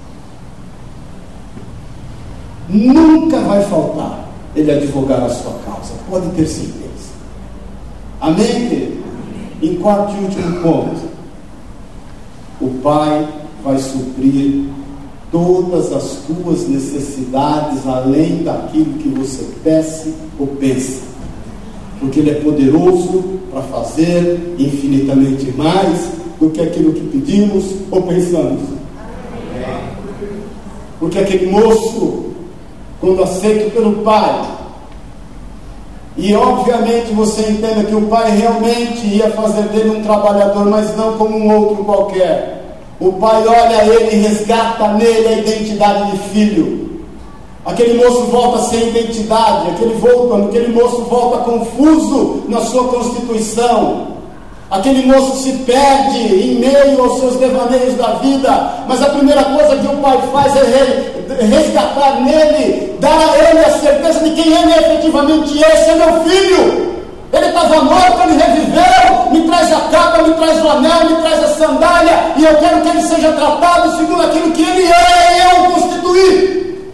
Nunca vai faltar Ele advogar a sua causa, pode ter certeza. Amém, querido? Em quarto e último ponto, o Pai vai suprir todas as tuas necessidades, além daquilo que você peça ou pensa, porque Ele é poderoso para fazer infinitamente mais do que aquilo que pedimos ou pensamos. Porque aquele moço, quando aceito pelo Pai, e obviamente você entenda que o Pai realmente ia fazer dele um trabalhador, mas não como um outro qualquer. O Pai olha ele e resgata nele a identidade de filho. Aquele moço volta sem identidade, aquele moço volta confuso na sua constituição. Aquele moço se perde em meio aos seus devaneios da vida, mas a primeira coisa que o Pai faz é resgatar nele, dar a ele a certeza de quem ele efetivamente é. Esse é meu filho, ele estava morto, ele reviveu, me traz a capa, me traz o anel, me traz a sandália, e eu quero que ele seja tratado segundo aquilo que ele é, e eu o constituí.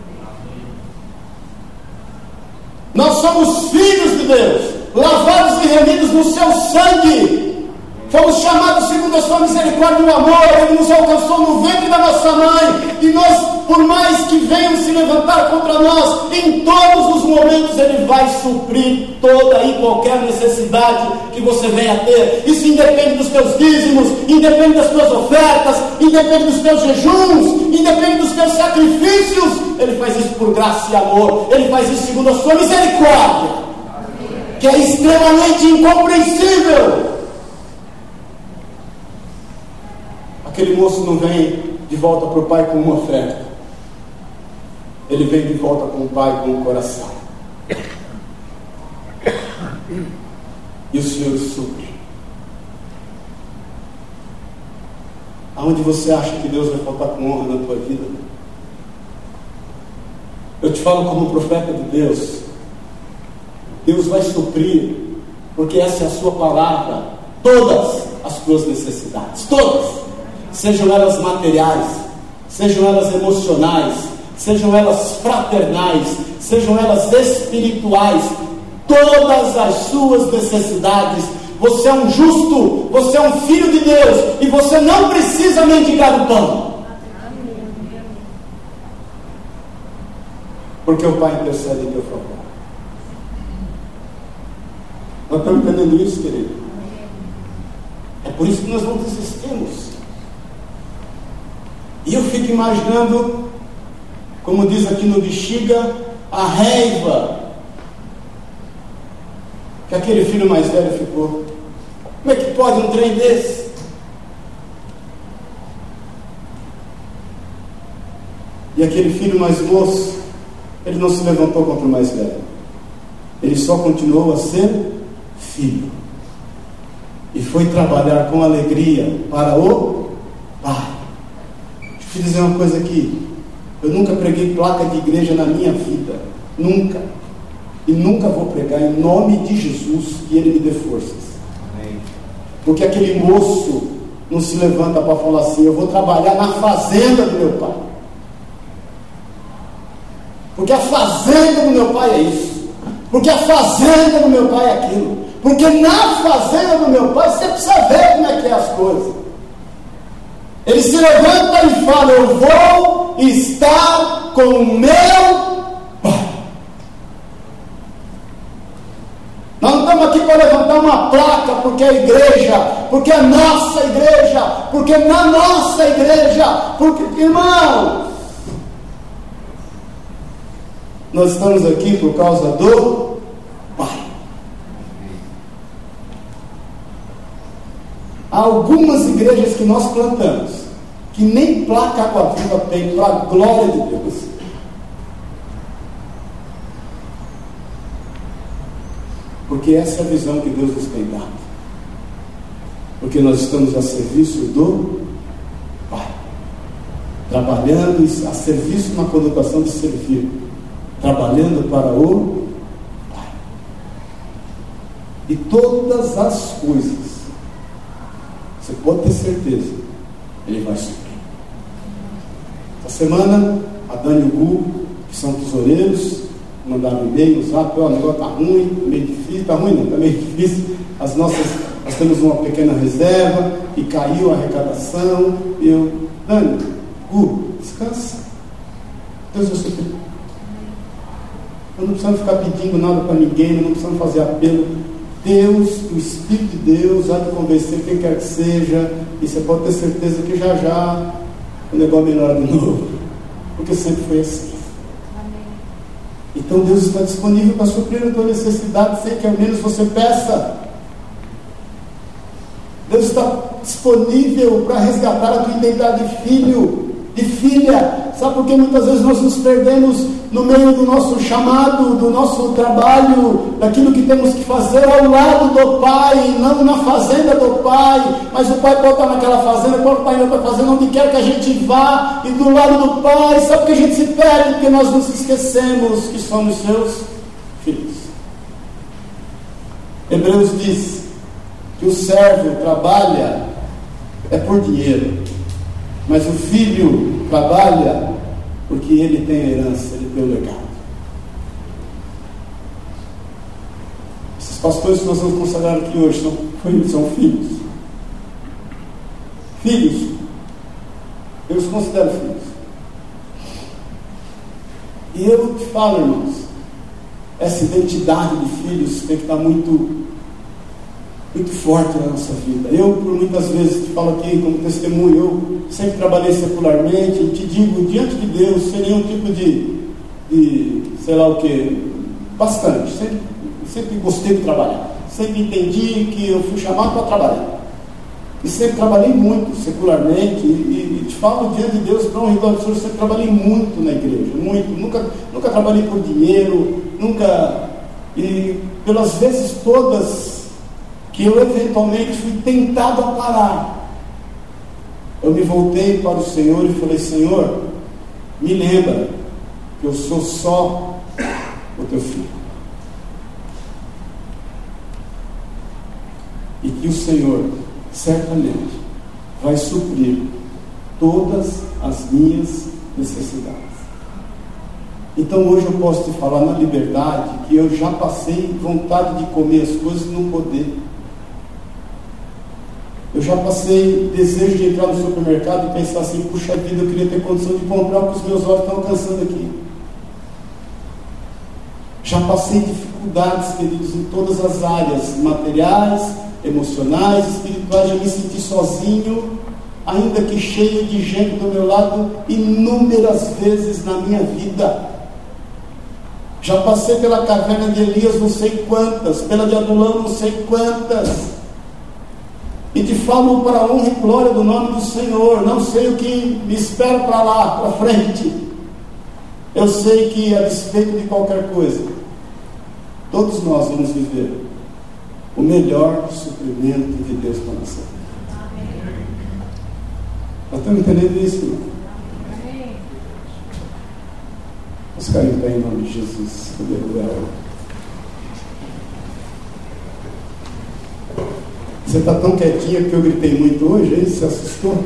Nós somos filhos de Deus, lavados e remidos no seu sangue. Fomos chamados segundo a sua misericórdia e o amor. Ele nos alcançou no ventre da nossa mãe, e nós, por mais que venham se levantar contra nós, em todos os momentos Ele vai suprir toda e qualquer necessidade que você venha a ter. Isso independe dos teus dízimos, independe das tuas ofertas, independe dos teus jejuns, independe dos teus sacrifícios. Ele faz isso por graça e amor. Ele faz isso segundo a sua misericórdia, que é extremamente incompreensível. Aquele moço não vem de volta para o Pai com uma oferta, ele vem de volta com o Pai com o coração, e o Senhor supre. Aonde você acha que Deus vai faltar com honra na tua vida? Eu te falo como profeta de Deus, Deus vai suprir, porque essa é a sua palavra, todas as tuas necessidades, todas, sejam elas materiais, sejam elas emocionais, sejam elas fraternais, sejam elas espirituais, todas as suas necessidades. Você é um justo, você é um filho de Deus, e você não precisa mendigar o pão, porque o Pai intercede em teu favor. Nós estamos entendendo isso, querido? É por isso que nós não desistimos. E eu fico imaginando, como diz aqui no Bexiga, a raiva que aquele filho mais velho ficou. Como é que pode um trem desse? E aquele filho mais moço, ele não se levantou contra o mais velho, ele só continuou a ser filho, e foi trabalhar com alegria para o Pai. Deixa eu te dizer uma coisa aqui: Eu nunca preguei placa de igreja na minha vida. Nunca. E nunca vou pregar, em nome de Jesus, que Ele me dê forças. Amém. Porque aquele moço não se levanta para falar assim: eu vou trabalhar na fazenda do meu pai. Porque a fazenda do meu pai é isso. Porque a fazenda do meu pai é aquilo. Porque na fazenda do meu pai você precisa ver como é que é as coisas. Ele se levanta e fala: eu vou estar com o meu pai. Nós não estamos aqui para levantar uma placa porque é igreja, porque é nossa igreja, porque na nossa igreja, porque, irmão, nós estamos aqui por causa do Pai. Há algumas igrejas que nós plantamos, que nem placa água viva tem, para a glória de Deus. Porque essa é a visão que Deus nos tem dado. Porque nós estamos a serviço do Pai. Trabalhando a serviço na conotação de servir. Trabalhando para o Pai. E todas as coisas, você pode ter certeza, Ele vai suprir. Essa semana, a Dani e o Gu, que são tesoureiros, mandaram um e-mail no zap: o negócio está ruim, meio difícil. Está ruim não, está meio difícil. Nós temos uma pequena reserva e caiu a arrecadação. E eu: Dani, Gu, descansa. Deus vai suprir. Eu não precisamos ficar pedindo nada para ninguém, não precisamos fazer apelo. Deus, o Espírito de Deus, há de convencer quem quer que seja, e você pode ter certeza que já já o negócio melhora de novo, porque sempre foi assim. Amém. Então Deus está disponível para suprir a tua necessidade, sem que ao menos você peça. Deus está disponível para resgatar a tua identidade de filho, de filha. Sabe por que muitas vezes nós nos perdemos no meio do nosso chamado, do nosso trabalho, daquilo que temos que fazer ao lado do Pai, não na fazenda do Pai, mas o Pai pode estar naquela fazenda, pode estar em outra fazenda, onde quer que a gente vá, e do lado do Pai. Sabe por que a gente se perde? Porque nós nos esquecemos que somos seus filhos. Hebreus diz que o servo trabalha é por dinheiro, mas o filho trabalha porque ele tem a herança, ele tem o legado. Esses pastores que nós vamos consagrar aqui hoje são filhos. Filhos. Eu os considero filhos. E eu te falo, irmãos, essa identidade de filhos tem que estar muito forte na nossa vida. Eu, por muitas vezes, te falo aqui como testemunho, eu sempre trabalhei secularmente, e te digo, diante de Deus, sem nenhum tipo de sei lá o que, bastante, sempre gostei de trabalhar, sempre entendi que eu fui chamado para trabalhar, e sempre trabalhei muito secularmente, e te falo diante de Deus, para honra e glória do Senhor, sempre trabalhei muito na igreja, muito, nunca trabalhei por dinheiro, e pelas vezes todas que eu eventualmente fui tentado a parar, eu me voltei para o Senhor e falei: Senhor, me lembra que eu sou só o teu filho, e que o Senhor certamente vai suprir todas as minhas necessidades. Então hoje eu posso te falar na liberdade que eu já passei vontade de comer as coisas e não poder. Eu já passei desejo de entrar no supermercado e pensar assim: puxa vida, eu queria ter condição de comprar o que os meus olhos estão alcançando aqui. Já passei dificuldades, queridos, em todas as áreas, materiais, emocionais, espirituais. Já me senti sozinho, ainda que cheio de gente do meu lado, inúmeras vezes na minha vida. Já passei pela caverna de Elias não sei quantas, pela de Adulão não sei quantas. E te falo para a honra e glória do nome do Senhor. Não sei o que me espera para lá, para frente. Eu sei que, a despeito de qualquer coisa, todos nós vamos viver o melhor suprimento de Deus para a nossa vida. Nós estamos entendendo isso, irmão? Vamos ficar em pé em nome de Jesus. Você está tão quietinha que eu gritei muito hoje, aí você assustou?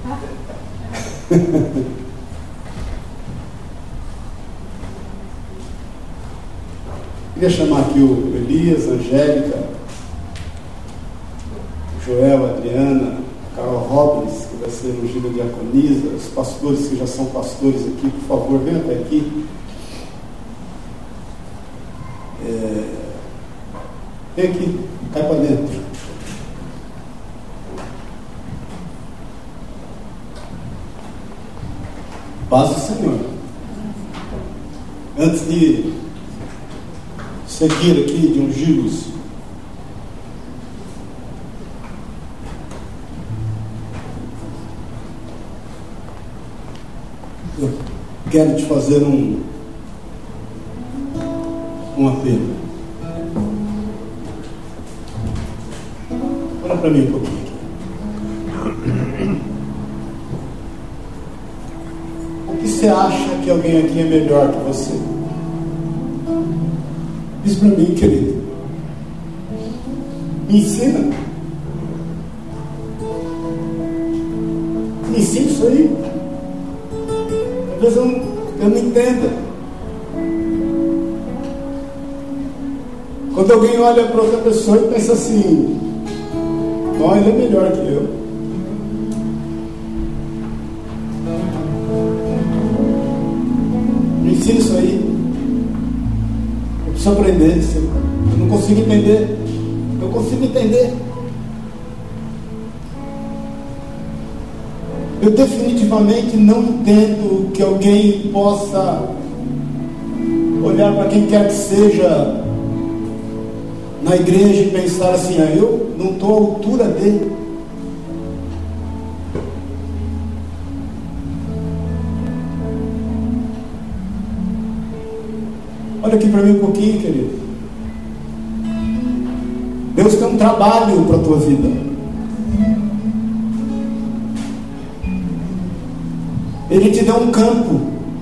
Queria chamar aqui o Elias, a Angélica, o Joel, a Adriana, a Carol Robbins, que vai ser ungida diaconisa, os pastores que já são pastores aqui, por favor, venham até aqui. Vem aqui, cai para dentro. Paz do Senhor. Antes de seguir aqui, de ungí-los, eu quero te fazer um apelo. Olha para mim um pouquinho aqui. O que você acha que alguém aqui é melhor que você? Diz para mim, querido. Me ensina. Me ensina isso aí. Às vezes eu não entendo. Quando alguém olha para outra pessoa e pensa assim: não, ele é melhor que eu. Me ensina isso aí. Eu preciso aprender. Eu não consigo entender. Eu consigo entender. Eu definitivamente não entendo que alguém possa olhar para quem quer que seja na igreja e pensar assim: eu não estou à altura dele. Olha aqui para mim um pouquinho, querido. Deus tem um trabalho para a tua vida. Ele te deu um campo.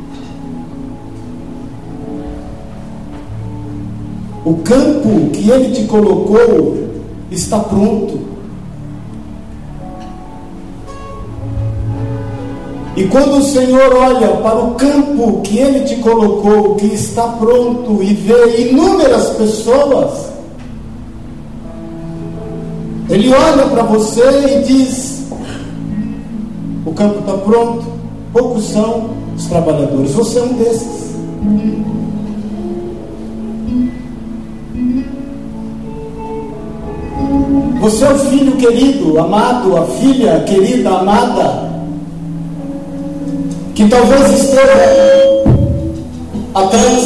O campo que Ele te colocou está pronto. E quando o Senhor olha para o campo que Ele te colocou, que está pronto, e vê inúmeras pessoas, Ele olha para você e diz: o campo está pronto, poucos são os trabalhadores. Você é um desses. Você é o filho querido, amado, a filha querida, amada, que talvez esteja atrás.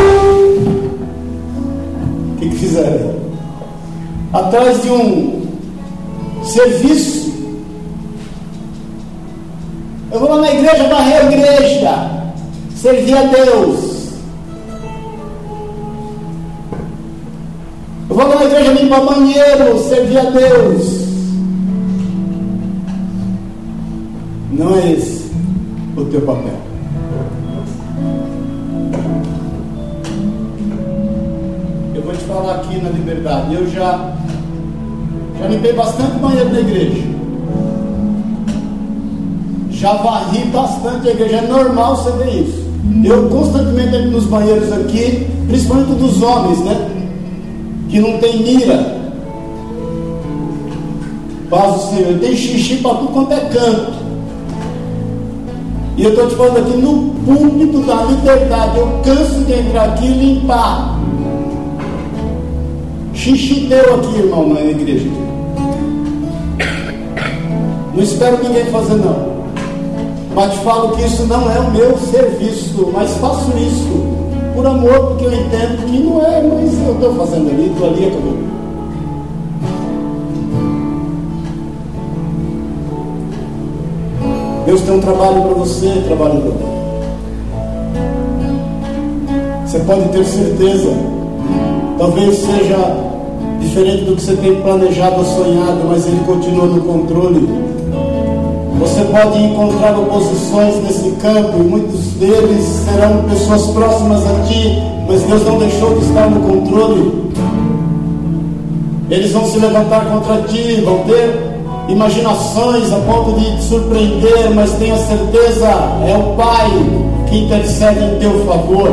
O que fizeram? Atrás de um serviço. Eu vou lá na igreja, varrer a igreja, servir a Deus. Eu vou lá na igreja, limpar banheiro, servir a Deus. Não é esse o teu papel. Eu vou te falar aqui na liberdade. Eu já limpei bastante banheiro na igreja. Já varri bastante a igreja. É normal você ver isso. Eu constantemente entro nos banheiros aqui, principalmente dos homens, né? Que não tem mira. Paz do Senhor. Tem xixi para tudo quanto é canto. E eu estou te falando aqui no púlpito da liberdade. Eu canso de entrar aqui e limpar. Xixi teu aqui, irmão, na igreja. Não espero ninguém fazer, não. Mas te falo que isso não é o meu serviço. Mas faço isso por amor, porque eu entendo que não é, mas eu estou fazendo ali, estou ali, acabou. Deus tem um trabalho para você, trabalhador. Você pode ter certeza. Talvez seja diferente do que você tem planejado ou sonhado, mas Ele continua no controle. Você pode encontrar oposições nesse campo, e muitos deles serão pessoas próximas a ti, mas Deus não deixou de estar no controle. Eles vão se levantar contra ti, vão ter imaginações a ponto de te surpreender, mas tenha certeza, é o Pai que intercede em teu favor.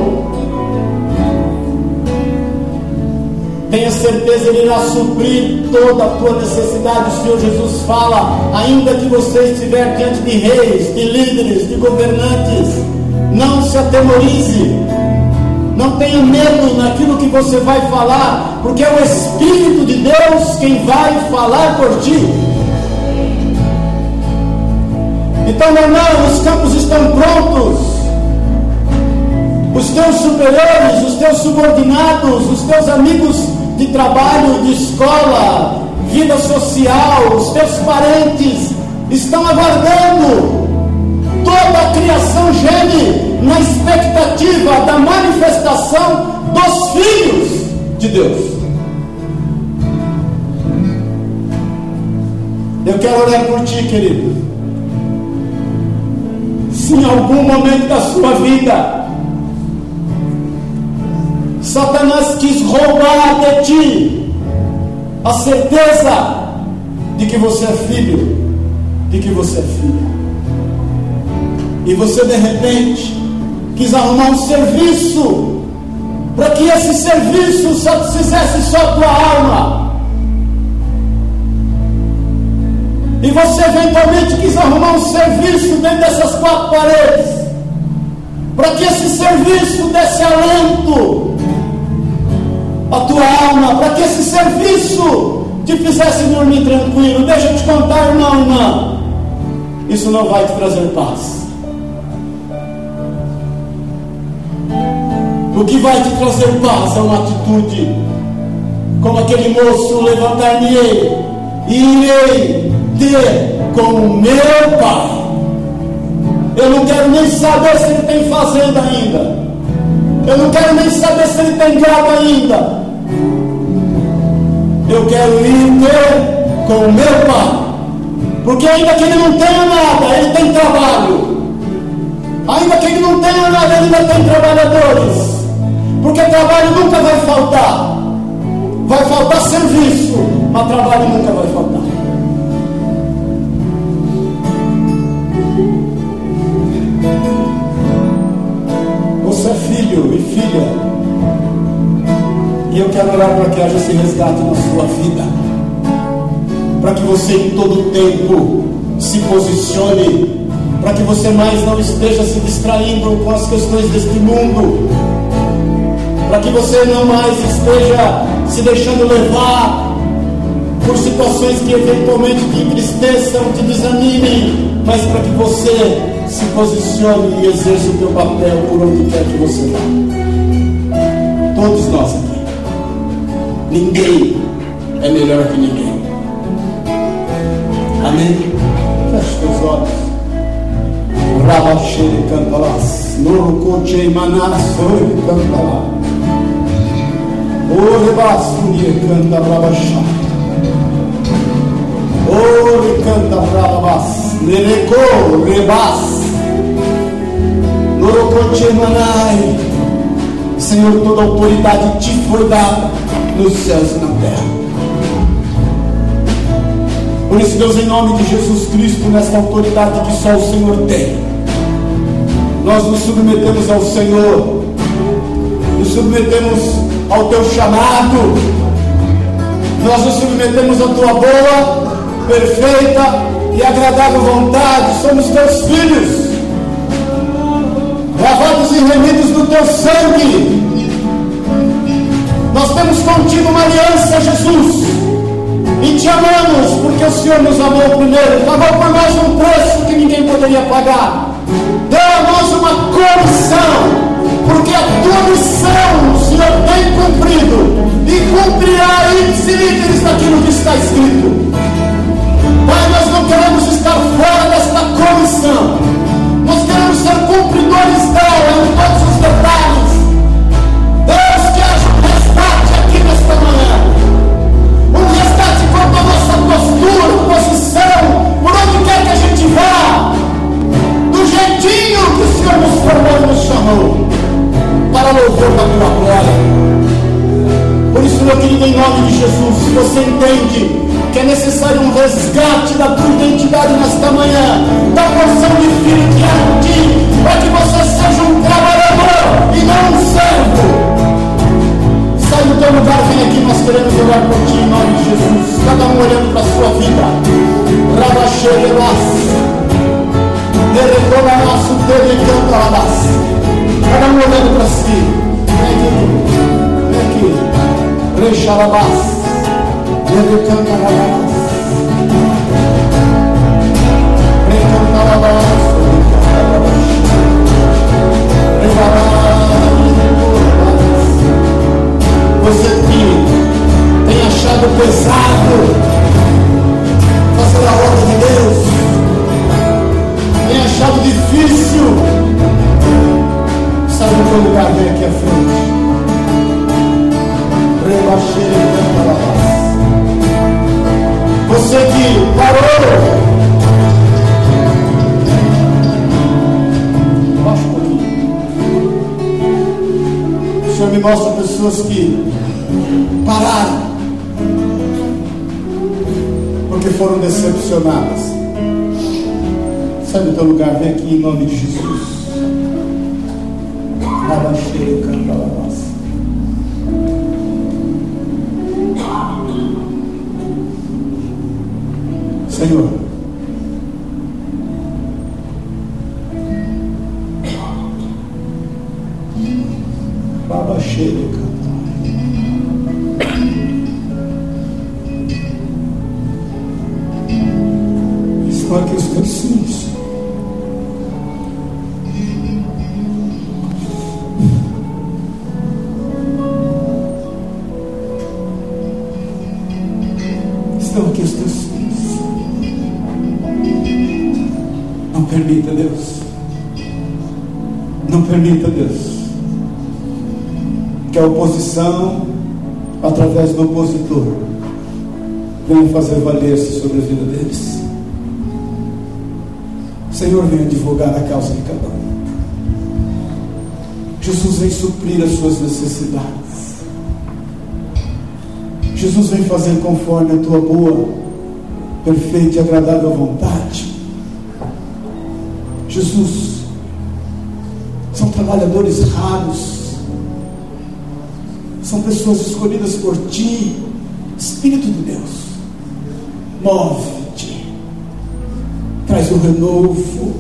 Tenha certeza, Ele irá suprir toda a tua necessidade. O Senhor Jesus fala: ainda que você estiver diante de reis, de líderes, de governantes, não se atemorize, não tenha medo naquilo que você vai falar, porque é o Espírito de Deus quem vai falar por ti. Então, meu irmão, os campos estão prontos. Os teus superiores, os teus subordinados, os teus amigos de trabalho, de escola, vida social, os teus parentes estão aguardando. Toda a criação geme na expectativa da manifestação dos filhos de Deus. Eu quero orar por ti, querido. Se em algum momento da sua vida Satanás quis roubar de ti a certeza de que você é filho, de que você é filha, e você de repente quis arrumar um serviço para que esse serviço satisfizesse só a tua alma, e você eventualmente quis arrumar um serviço dentro dessas quatro paredes para que esse serviço desse alento a tua alma, para que esse serviço te fizesse dormir tranquilo. Deixa eu te contar, irmão, irmã, isso não vai te trazer paz. O que vai te trazer paz é uma atitude como aquele moço: levantar-me-ei e irei ter com o meu Pai. Eu não quero nem saber se ele tem fazenda ainda, eu não quero nem saber se ele tem gado ainda. Eu quero ir ter com o meu Pai, porque ainda que ele não tenha nada, ele tem trabalho. Ainda que ele não tenha nada, ele ainda tem trabalhadores, porque trabalho nunca vai faltar. Vai faltar serviço, mas trabalho nunca vai faltar. Você é filho e filha, e eu quero orar para que haja esse resgate na sua vida, para que você em todo tempo se posicione, para que você mais não esteja se distraindo com as questões deste mundo, para que você não mais esteja se deixando levar por situações que eventualmente te entristeçam, te desanimem, mas para que você se posicione e exerça o teu papel por onde quer que você vá. Todos nós aqui, ninguém é melhor que ninguém. Amém? Feche teus olhos. Rabaxere cantarás, Norocoche manasoi cantará, Orebasunie canta rabachá, Ore canta rabas, Nereco rebas, Norocoche manai. Senhor, toda autoridade te foi dada nos céus e na terra. Por isso, Deus, em nome de Jesus Cristo, nessa autoridade que só o Senhor tem, nós nos submetemos ao Senhor, nos submetemos ao teu chamado, nós nos submetemos à tua boa, perfeita e agradável vontade. Somos teus filhos, lavados e remidos no teu sangue. Nós temos contigo uma aliança, Jesus, e te amamos porque o Senhor nos amou primeiro, pagou por nós um preço que ninguém poderia pagar, deu a nós uma comissão, porque a tua missão o Senhor tem cumprido e cumprirá ipsis daquilo que está escrito. Pai, nós não queremos estar fora desta comissão, nós queremos ser cumpridores dela em todos os detalhes. Deus, que haja um resgate aqui nesta manhã, um resgate quanto à nossa postura, posição, por onde quer que a gente vá, meu querido, em nome de Jesus, se você entende que é necessário um resgate da tua identidade nesta manhã, da porção de filho que há em ti, para que você seja um trabalhador e não um servo. Sai do teu lugar, vem aqui, nós queremos orar por ti em nome de Jesus. Cada um olhando para a sua vida. Cada um olhando para si. Vem aqui. Recharabás. Recantarabás. Recantarabás. Você que tem achado pesado fazer a obra de Deus, tem achado difícil, sai do teu lugar, vem aqui à frente. Rebaixei e canta a paz. Você que parou, baixa um pouquinho. O Senhor me mostra pessoas que pararam porque foram decepcionadas. Sai do teu lugar, vem aqui em nome de Jesus. Abaixei o canto da alabança. Senhor, abaixei o canto. Aqui os teus filhos. Estão aqui os teus filhos. Não permita, Deus. Não permita, Deus, que a oposição, através do opositor, venha fazer valer-se sobre a vida deles. Senhor, vem advogar a causa de cada um. Jesus vem suprir as suas necessidades. Jesus vem fazer conforme a tua boa, perfeita e agradável vontade. Jesus, são trabalhadores raros, são pessoas escolhidas por ti. Espírito de Deus, move-te. Traz o renovo.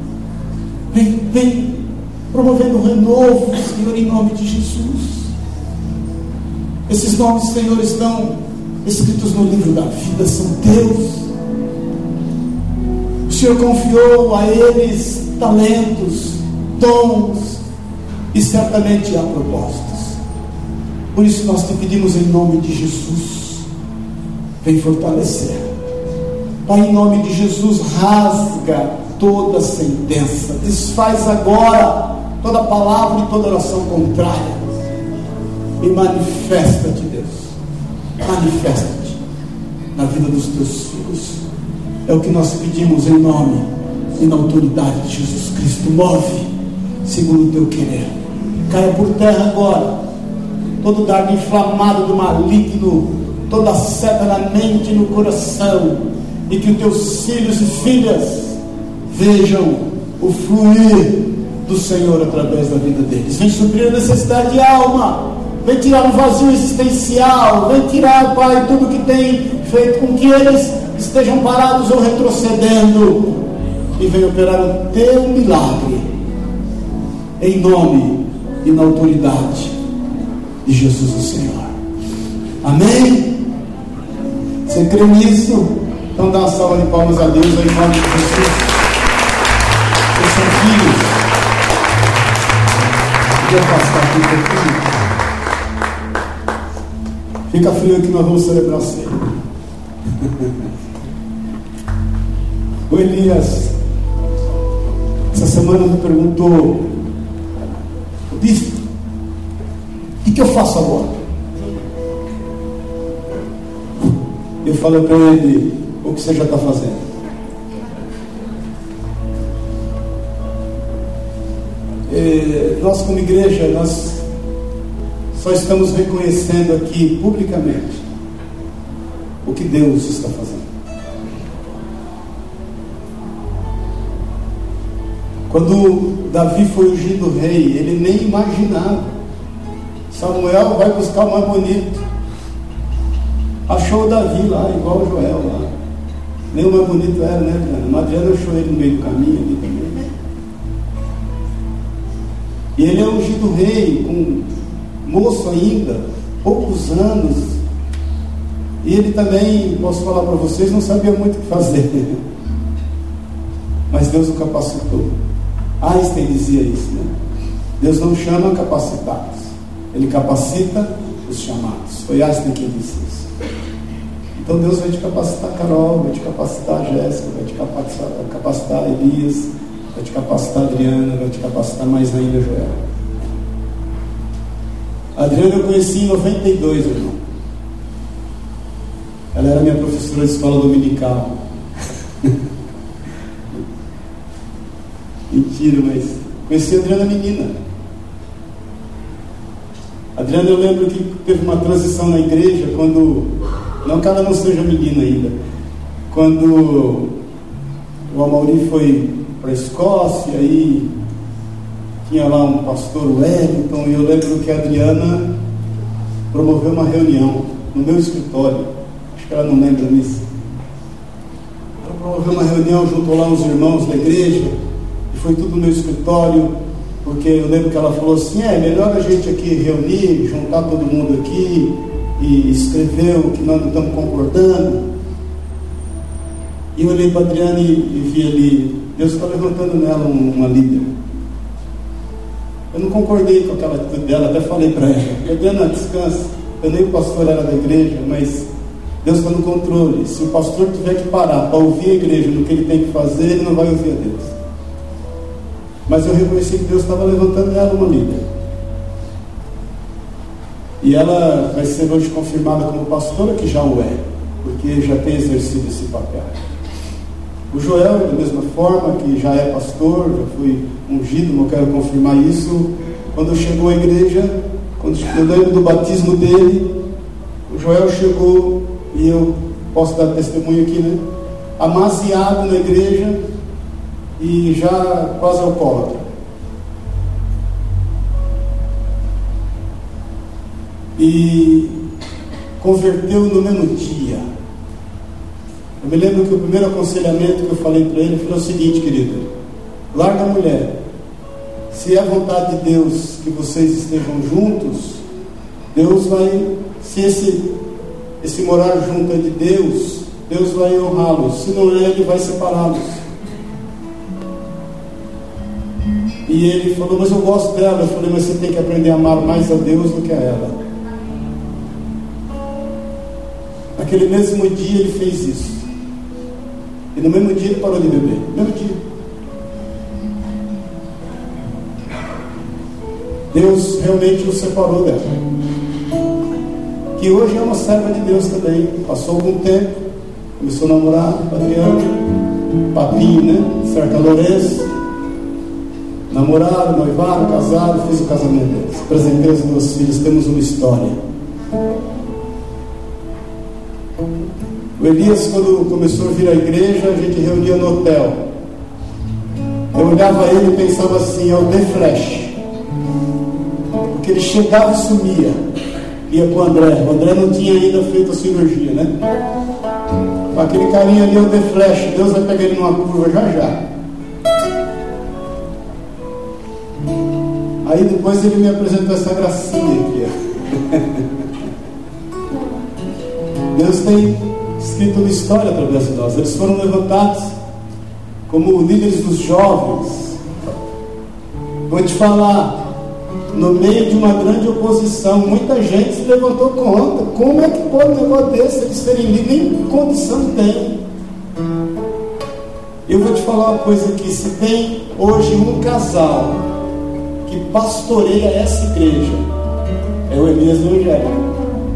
Vem promovendo o renovo, Senhor, em nome de Jesus. Esses nomes, Senhor, estão escritos no livro da vida, são teus. O Senhor confiou a eles talentos, dons, e certamente há propósitos. Por isso nós te pedimos em nome de Jesus, vem fortalecer. Pai, em nome de Jesus, rasga toda sentença, desfaz agora toda palavra e toda oração contrária, e manifesta-te, Deus, manifesta-te na vida dos teus filhos. É o que nós pedimos em nome e na autoridade de Jesus Cristo. Move segundo o teu querer. Caia por terra agora todo dardo inflamado do maligno, toda seta na mente e no coração, e que os teus filhos e filhas vejam o fluir do Senhor através da vida deles. Vem suprir a necessidade de alma, vem tirar um vazio existencial, vem tirar, Pai, tudo que tem feito com que eles estejam parados ou retrocedendo, e vem operar o teu milagre em nome e na autoridade de Jesus o Senhor. Amém? Você crê nisso? Então dá uma salva de palmas a Deus em nome de Jesus. Vocês são filhos. Vou afastar aqui um pouquinho. Fica frio que nós vamos celebrar a ceia. O Elias, essa semana me perguntou: Bispo, o que eu faço agora? Eu falei para ele: o que você já está fazendo? Nós como igreja, nós só estamos reconhecendo aqui publicamente o que Deus está fazendo. Quando Davi foi ungido rei, ele nem imaginava. Samuel vai buscar o mais bonito. Achou o Davi lá, igual o Joel lá. Nem o mais bonito era, né, Adriana? Adriana achou ele no meio do caminho ali também. E ele é ungido rei, com moço ainda, poucos anos. E ele também, posso falar para vocês, não sabia muito o que fazer. Mas Deus o capacitou. Einstein dizia isso, né? Deus não chama capacitados, Ele capacita os chamados. Foi Einstein quem disse isso. Então Deus vai te capacitar Carol, vai te capacitar Jéssica, vai te capacitar Elias, vai te capacitar Adriana, vai te capacitar mais ainda Joel. A Adriana eu conheci em 92, irmão. Ela era minha professora de escola dominical. Mentira, mas conheci a Adriana menina. A Adriana, eu lembro que teve uma transição na igreja quando, não que ela não seja menina ainda, quando o Amaury foi para a Escócia, aí tinha lá um pastor Wellington, e eu lembro que a Adriana promoveu uma reunião no meu escritório. Acho que ela não lembra disso. Ela promoveu uma reunião, juntou lá uns irmãos da igreja, e foi tudo no meu escritório, porque eu lembro que ela falou assim: é melhor a gente aqui reunir, juntar todo mundo aqui e escrever o que nós não estamos concordando. E eu olhei para a Adriana e vi ali, Deus está levantando nela uma líder. Eu não concordei com aquela atitude dela, até falei para ela: Adriana, descansa, eu nem o pastor era da igreja, mas Deus está no controle. Se o pastor tiver que parar para ouvir a igreja no que ele tem que fazer, ele não vai ouvir a Deus. Mas eu reconheci que Deus estava levantando ela uma líder. E ela vai ser hoje confirmada como pastora, que já o é, porque já tem exercido esse papel. O Joel, da mesma forma, que já é pastor, já foi ungido, não quero confirmar isso. Quando chegou à igreja, quando eu lembro do batismo dele, o Joel chegou, e eu posso dar testemunho aqui, né? Amaziado na igreja, e já quase alcoólatra. E converteu no mesmo dia. Eu me lembro que o primeiro aconselhamento que eu falei para ele foi o seguinte: querido, larga a mulher. Se é a vontade de Deus que vocês estejam juntos, Deus vai, se esse morar junto é de Deus, Deus vai honrá-los. Se não é, Ele vai separá-los. E ele falou: mas eu gosto dela. Eu falei: mas você tem que aprender a amar mais a Deus do que a ela. Naquele mesmo dia ele fez isso. E no mesmo dia ele parou de beber. No mesmo dia. Deus realmente o separou dela. Que hoje é uma serva de Deus também. Passou algum tempo, começou a namorar com a Adriana, papinho, né? Certa Lourenço. Namoraram, noivaram, casaram, fiz o casamento deles. Apresentei os meus filhos, temos uma história. O Elias, quando começou a vir à igreja, a gente reunia no hotel. Eu olhava ele e pensava assim: é o The Flash. Porque ele chegava e sumia. Ia com o André. O André não tinha ainda feito a cirurgia, né? Aquele carinha ali é o The Flash. Deus vai pegar ele numa curva já já. Aí depois ele me apresentou essa gracinha aqui. Deus tem escrito uma história através de nós. Eles foram levantados como líderes dos jovens. Vou te falar, no meio de uma grande oposição, muita gente se levantou contra. Como é que pode um negócio desse, eles serem líderes? Nem condição tem. Eu vou te falar uma coisa aqui: se tem hoje um casal que pastoreia essa igreja, é o Elias Evangelho.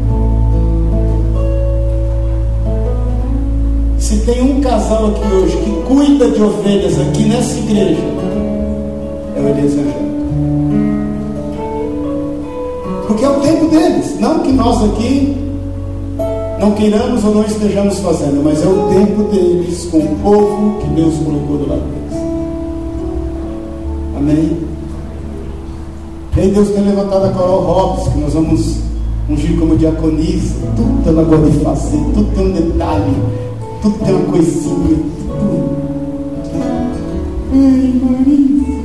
Se tem um casal aqui hoje que cuida de ovelhas aqui nessa igreja, é o Elias Evangelho. Porque é o tempo deles. Não que nós aqui não queiramos ou não estejamos fazendo, mas é o tempo deles com o povo que Deus colocou do lado deles. Amém? E aí Deus tem levantado a Carol Hobbs, que nós vamos ungir como diaconisa. Tudo ela gosta de fazer, tudo tem um detalhe, tudo tem uma coisinha, tudo. Ai, Marisa.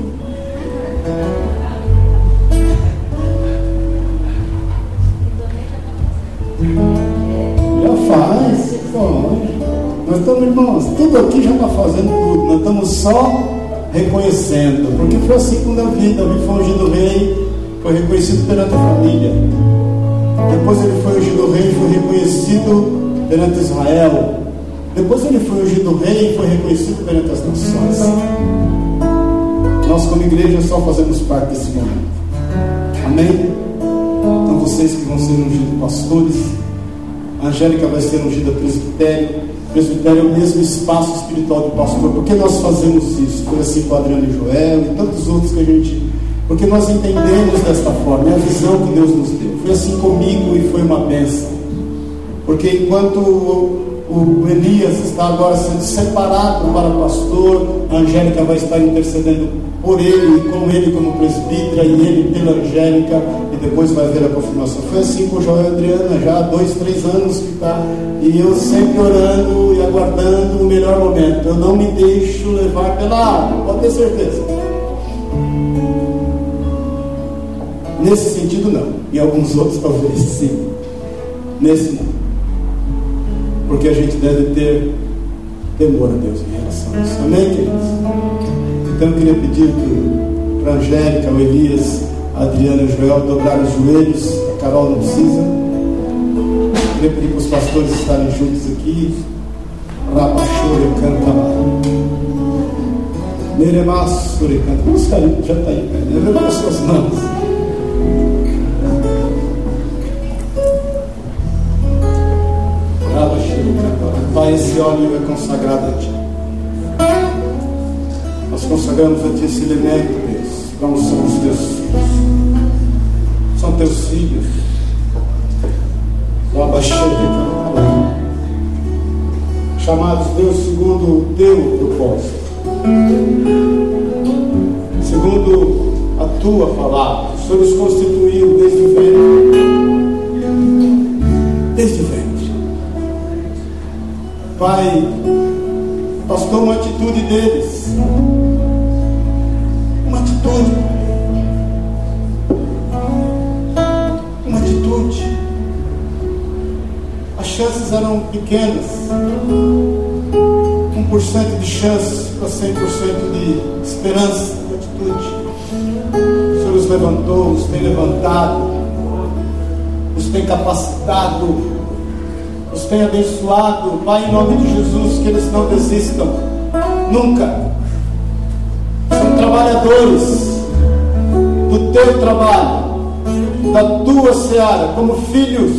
Já faz, nós estamos, irmãos, tudo aqui já está fazendo tudo, nós estamos só reconhecendo, porque foi assim com Davi. Davi foi ungido rei, foi reconhecido perante a família. Depois ele foi ungido rei e foi reconhecido perante Israel. Depois ele foi ungido rei e foi reconhecido perante as nações. Nós como igreja só fazemos parte desse momento. Amém? Então vocês que vão ser ungidos pastores, a Angélica vai ser ungida presbitério. Presbitério é o mesmo espaço espiritual de pastor. Por que nós fazemos isso? Foi assim com Adriano e Joel e tantos outros que a gente... Porque nós entendemos desta forma, é a visão que Deus nos deu. Foi assim comigo e foi uma bênção. Porque enquanto o Elias está agora sendo separado para pastor, a Angélica vai estar intercedendo por ele e com ele como presbítera, e ele pela Angélica, e depois vai haver a confirmação. Foi assim com o Joel e a Adriana, já há 2, 3 anos que está, e eu sempre orando e aguardando o melhor momento. Eu não me deixo levar pela alma, pode ter certeza. Nesse sentido não, em alguns outros talvez sim, nesse não, porque a gente deve ter temor a Deus em relação a isso. Amém, queridos? Então eu queria pedir para a Angélica, o Elias, a Adriana e o Joel dobrarem os joelhos. A Carol não precisa. Eu queria pedir para os pastores estarem juntos aqui. Rabachore canta lá. Neremassore canta. Vamos ficar aí, já está aí, né? Levanta as suas mãos. Pai, esse óleo é consagrado a Ti. Nós consagramos a Ti esse elemento, Deus. Nós somos Teus filhos. São Teus filhos. Chamados, Deus, segundo o Teu propósito. Segundo a Tua palavra. O Senhor os constituiu desde o ventre. Desde o ventre. Pai, bastou uma atitude deles. Uma atitude. Uma atitude. As chances eram pequenas. 1% de chance para 100% de esperança, de atitude. O Senhor os levantou, os tem levantado, os tem capacitado, os tem abençoado. Pai, em nome de Jesus, que eles não desistam nunca. São trabalhadores do Teu trabalho, da Tua seara, como filhos.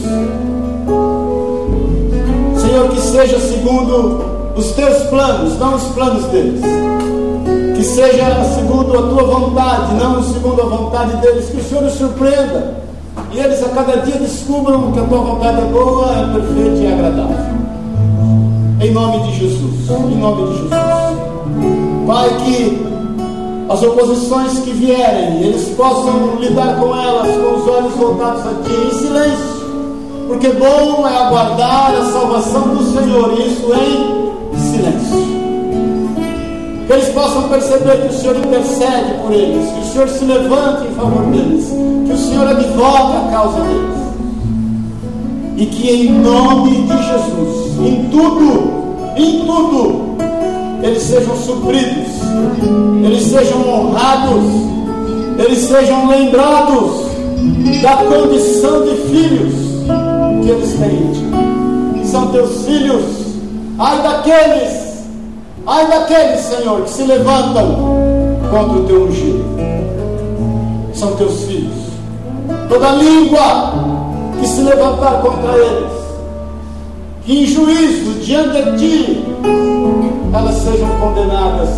Senhor, que seja segundo os Teus planos, não os planos deles. Que seja segundo a Tua vontade, não segundo a vontade deles. Que o Senhor os surpreenda e eles a cada dia descubram que a Tua vontade é boa, é perfeita e é agradável. Em nome de Jesus. Em nome de Jesus. Pai, que as oposições que vierem, eles possam lidar com elas com os olhos voltados a Ti, em silêncio. Porque bom é aguardar a salvação do Senhor, e isso em silêncio. Que eles possam perceber que o Senhor intercede por eles, que o Senhor se levanta em favor deles, que o Senhor advoga a causa deles, e que em nome de Jesus, em tudo, eles sejam supridos, eles sejam honrados, eles sejam lembrados da condição de filhos que eles têm. São Teus filhos. Ai daqueles, Senhor, que se levantam contra o Teu ungido. São Teus filhos. Toda língua que se levantar contra eles, que em juízo diante de Ti elas sejam condenadas,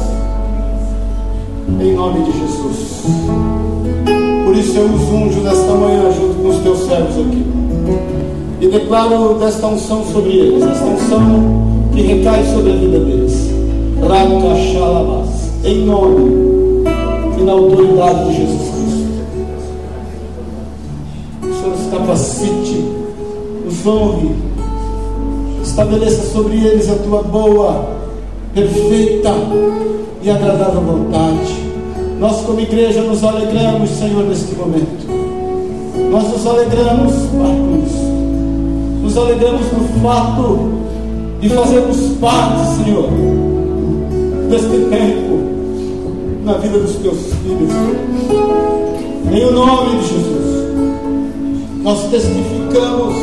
em nome de Jesus. Por isso eu os unjo nesta manhã junto com os teus servos aqui. E declaro desta unção sobre eles, esta unção que recai sobre a vida deles. Em nome e na autoridade de Jesus Cristo. O Senhor os capacite, os honre, estabeleça sobre eles a tua boa, perfeita e agradável vontade. Nós como igreja nos alegramos, Senhor, neste momento. Nós nos alegramos, Pai, por isso. Nos alegramos no fato de fazermos parte, Senhor, deste tempo na vida dos teus filhos. Em o nome de Jesus, nós testificamos,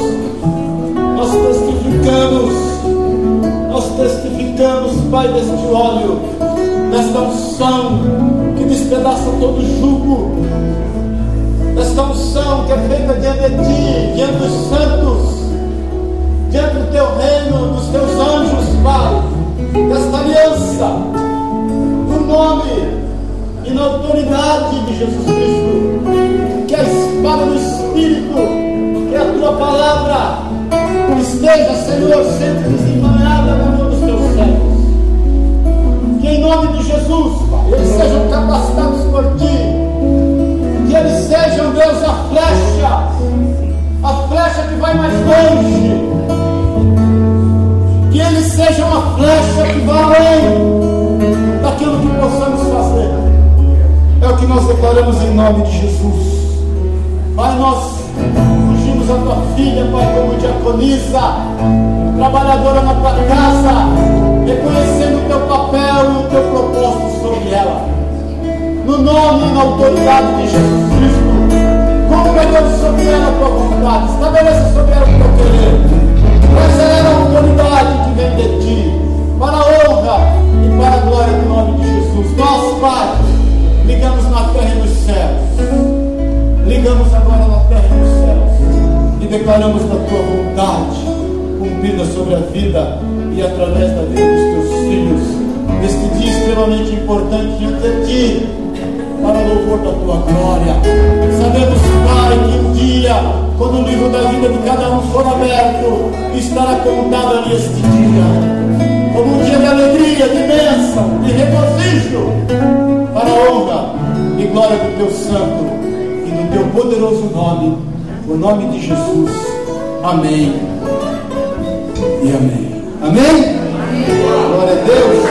Pai, deste óleo, desta unção que despedaça todo jugo, desta unção que é feita diante de ti, diante dos santos, diante do teu reino, dos teus anjos, Pai, desta aliança, no nome e na autoridade de Jesus Cristo, que a espada do Espírito, que a tua palavra esteja, Senhor, sempre desembanhada na mão dos teus servos. Que em nome de Jesus, Pai, eles sejam capacitados por ti, que eles sejam, Deus, a flecha que vai mais longe, que eles sejam a flecha que vai além daquilo que possamos fazer. É o que nós declaramos em nome de Jesus. Pai, nós ungimos a tua filha, Pai, como diaconisa, trabalhadora na tua casa, reconhecendo o teu papel e o teu propósito sobre ela. No nome e na autoridade de Jesus Cristo, cumpra, Deus, sobre ela a tua vontade, estabeleça sobre ela o teu querer. Traz a ela a autoridade que vem de ti, para a honra e para a glória do nome de Jesus. Nós, Pai, ligamos na terra e nos céus. Ligamos agora na terra e nos céus e declaramos a tua vontade cumprida sobre a vida e através da vida dos teus filhos, neste dia extremamente importante diante de ti, para o louvor da tua glória. Sabemos, Pai, que um dia, quando o livro da vida de cada um for aberto, estará contado ali este dia, como um dia de alegria, de bênção, de regozijo, para a honra e glória do teu santo e do teu poderoso nome, o nome de Jesus. Amém e amém. Amém? Glória a Deus.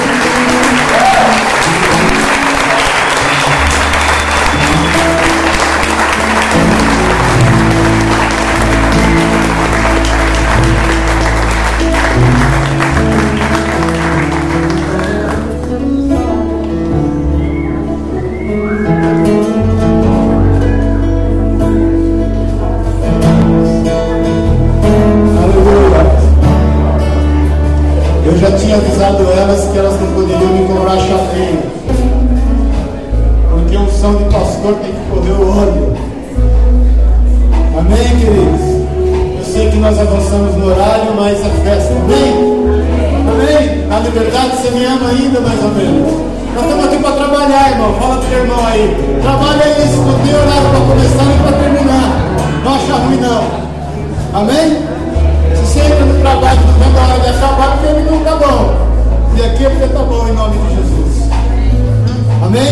Eu já tinha avisado elas que elas não poderiam me cobrar chaveiro, porque a unção de pastor tem que correr o olho. Amém, queridos? Eu sei que nós avançamos no horário, mas é festa. Amém? Amém? Na liberdade você me ama ainda, mais ou menos. Nós estamos aqui para trabalhar, irmão. Fala pro teu irmão aí. Trabalha isso, não tem horário para começar nem para terminar. Não acha ruim, não. Amém? Se você entra no trabalho não vem na hora de acabar, porque ele não está bom. E aqui é porque está bom, em nome de Jesus. Amém?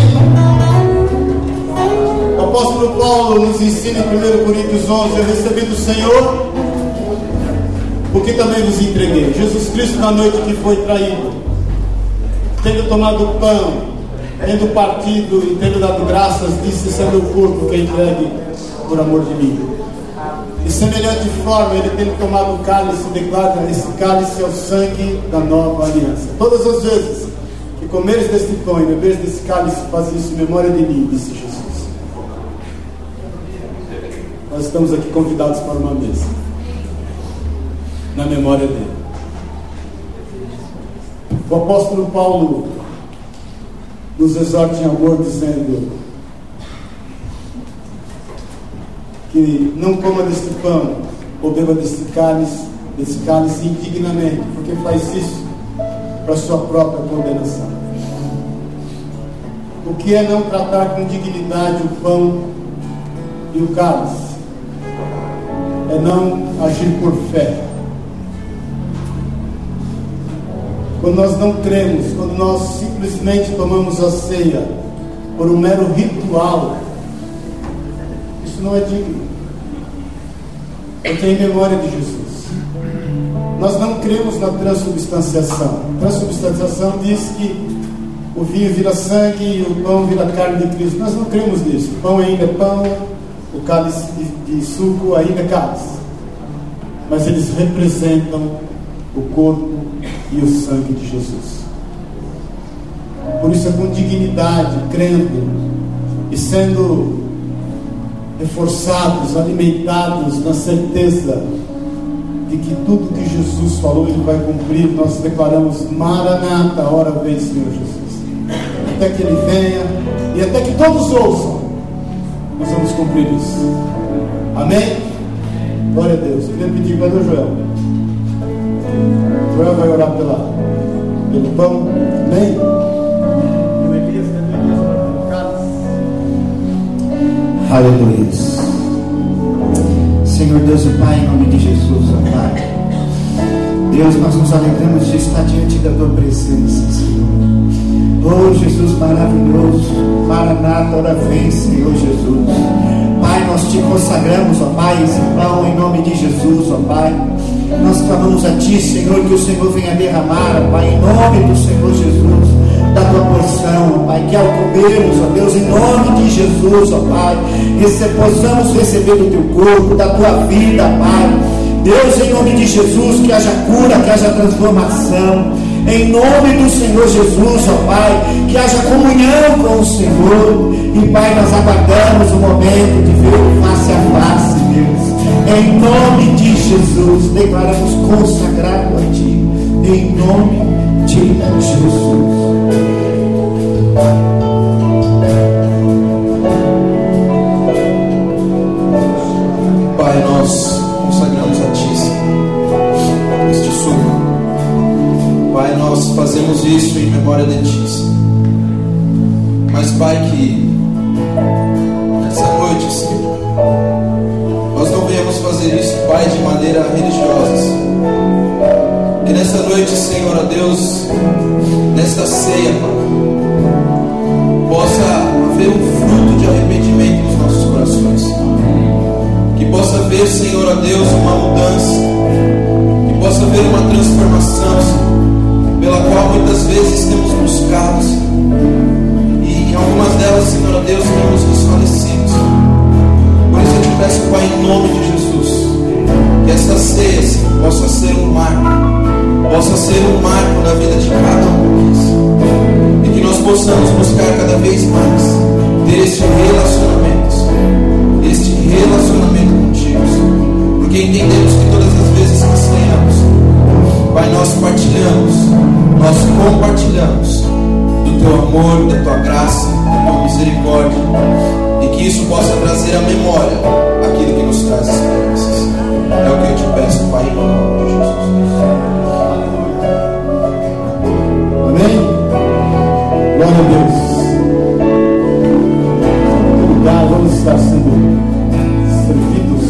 O apóstolo Paulo nos ensina em 1 Coríntios 11: eu recebi do Senhor o que também vos entreguei. Jesus Cristo, na noite que foi traído, tendo tomado o pão, tendo partido e tendo dado graças, disse: esse é meu corpo que é entregue por amor de mim. De semelhante forma, ele tendo tomado o cálice, declara: esse cálice é o sangue da nova aliança. Todas as vezes que comeres deste pão e beberes desse cálice, faz isso em memória de mim, disse Jesus. Nós estamos aqui convidados para uma mesa, na memória dele. O apóstolo Paulo nos exorta em amor, dizendo que não coma deste pão ou beba desse cálice indignamente, porque faz isso para sua própria condenação. O que é não tratar com dignidade o pão e o cálice? é não agir por fé. Quando nós não cremos, quando nós simplesmente tomamos a ceia por um mero ritual, isso não é digno. Porque é em memória de Jesus. Nós não cremos na transubstanciação. Transubstanciação diz que o vinho vira sangue e o pão vira carne de Cristo. Nós não cremos nisso. O pão ainda é pão, o cálice de suco ainda é cálice. Mas eles representam o corpo e o sangue de Jesus. Por isso é com dignidade, crendo e sendo reforçados, alimentados na certeza de que tudo que Jesus falou Ele vai cumprir, nós declaramos: Maranata, ora vem Senhor Jesus. Até que Ele venha e até que todos ouçam, nós vamos cumprir isso. Amém? Glória a Deus. Queria pedir, cadê o Joel? Joel vai orar pelo pão. Amém? Aleluia. Senhor Deus e Pai, em nome de Jesus, ó Pai. Deus, nós nos alegramos de estar diante da Tua presença, Senhor. Oh Jesus maravilhoso, Maranata, ora vem, Senhor Jesus. Pai, nós Te consagramos, ó Pai, esse pão em nome de Jesus, ó Pai. Nós clamamos a Ti, Senhor, que o Senhor venha derramar, ó Pai, em nome do Senhor Jesus, da Tua porção, ó Pai, que ao comermos, ó Deus, em nome de Jesus, ó Pai, possamos receber do Teu corpo, da Tua vida, Pai. Deus, em nome de Jesus, que haja cura, que haja transformação, em nome do Senhor Jesus, ó Pai, que haja comunhão com o Senhor. E Pai, nós aguardamos o momento de ver face a face, Deus. Em nome de Jesus, declaramos consagrado a Ti, em nome de Jesus. Pai, nós consagramos a Ti, Senhor, este suco. Pai, nós fazemos isso em memória de Ti, Senhor. Mas, Pai, que nessa noite, Senhor, nós não venhamos fazer isso, Pai, de maneira religiosa, Senhor. Que nessa noite, Senhor, ó Deus, nesta ceia, Pai, possa haver um fruto de arrependimento nos nossos corações, Senhor. Que possa haver, Senhor, ó Deus, uma mudança. Que possa haver uma transformação, Senhor, pela qual muitas vezes temos buscado, Senhor. E em algumas delas, Senhor, ó Deus, temos desfalecido, Senhor. Por isso eu te peço, Pai, em nome de Jesus, que esta ceia, Senhor, possa ser um marco na vida de cada um deles. E que nós possamos buscar cada vez mais ter este relacionamento contigo, Senhor. Porque entendemos que todas as vezes que ceamos, Pai, nós compartilhamos do Teu amor, da Tua graça, da Tua misericórdia, e que isso possa trazer à memória aquilo que nos traz esperanças. É o que eu te peço, Pai, em nome de Jesus. Amém? Glória a Deus. Em lugar, vamos estar sendo servidos.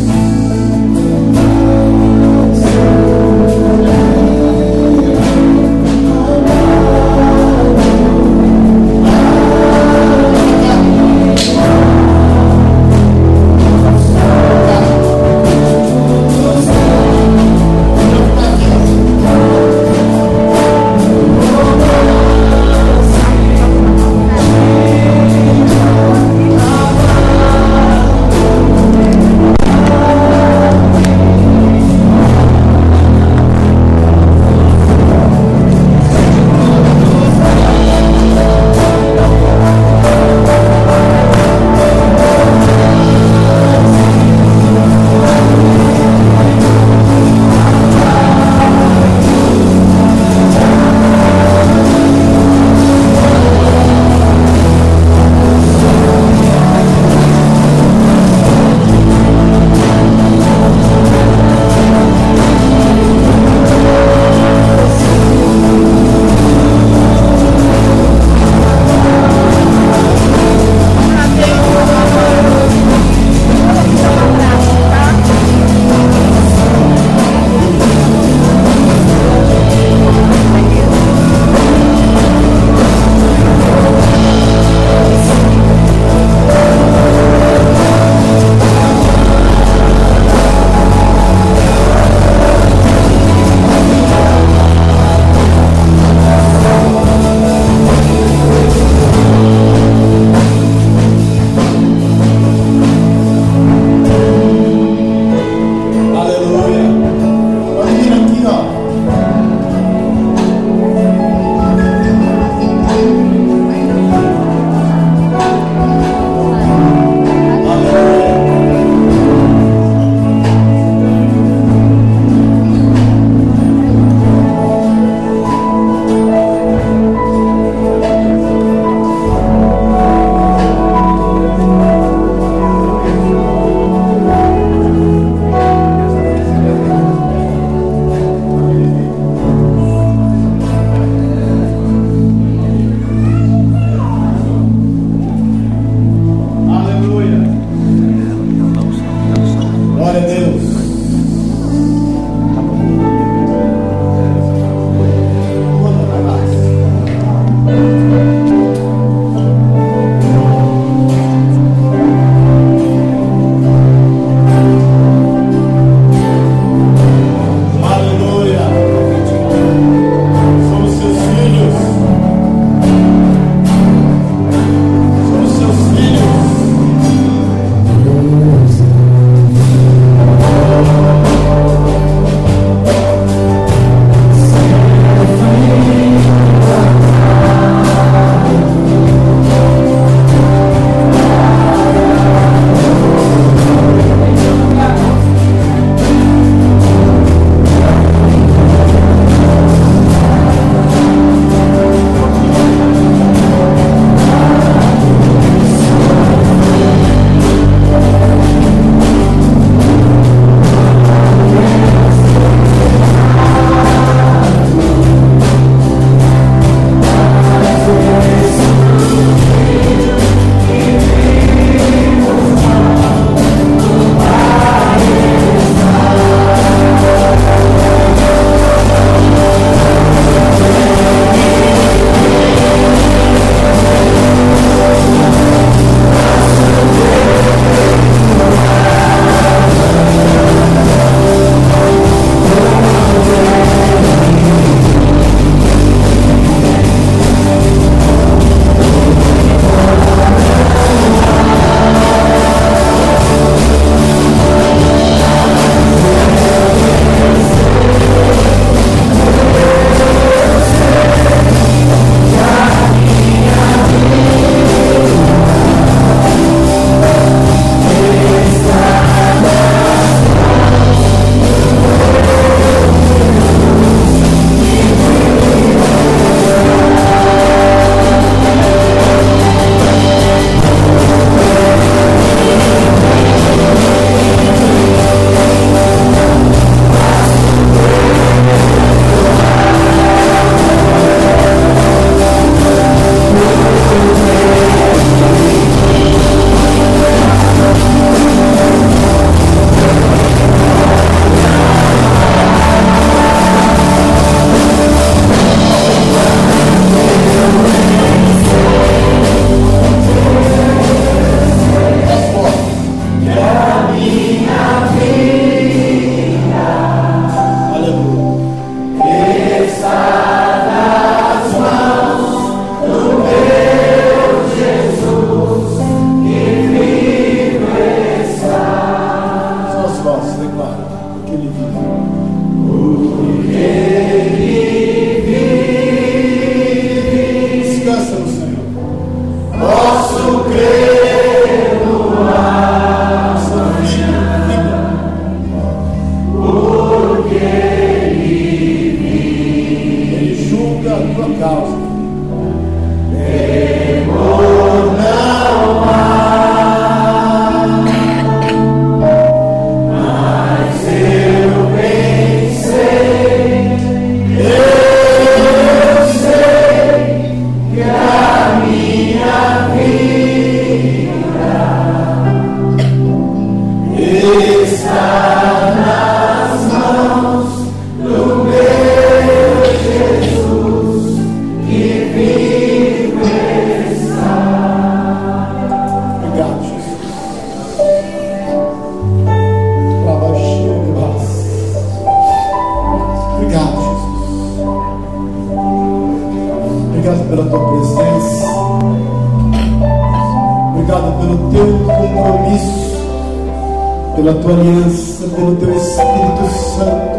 pela tua aliança, pelo teu Espírito Santo.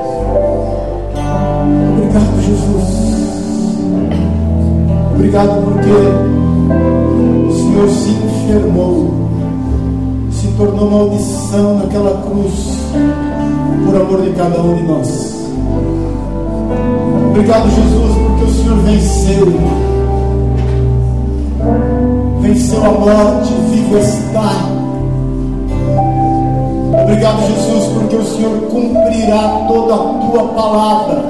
Obrigado, Jesus. Obrigado porque o Senhor se enfermou, se tornou maldição naquela cruz, por amor de cada um de nós. Obrigado, Jesus, porque o Senhor venceu a morte, vivo está. Obrigado, Jesus, porque o Senhor cumprirá toda a tua palavra.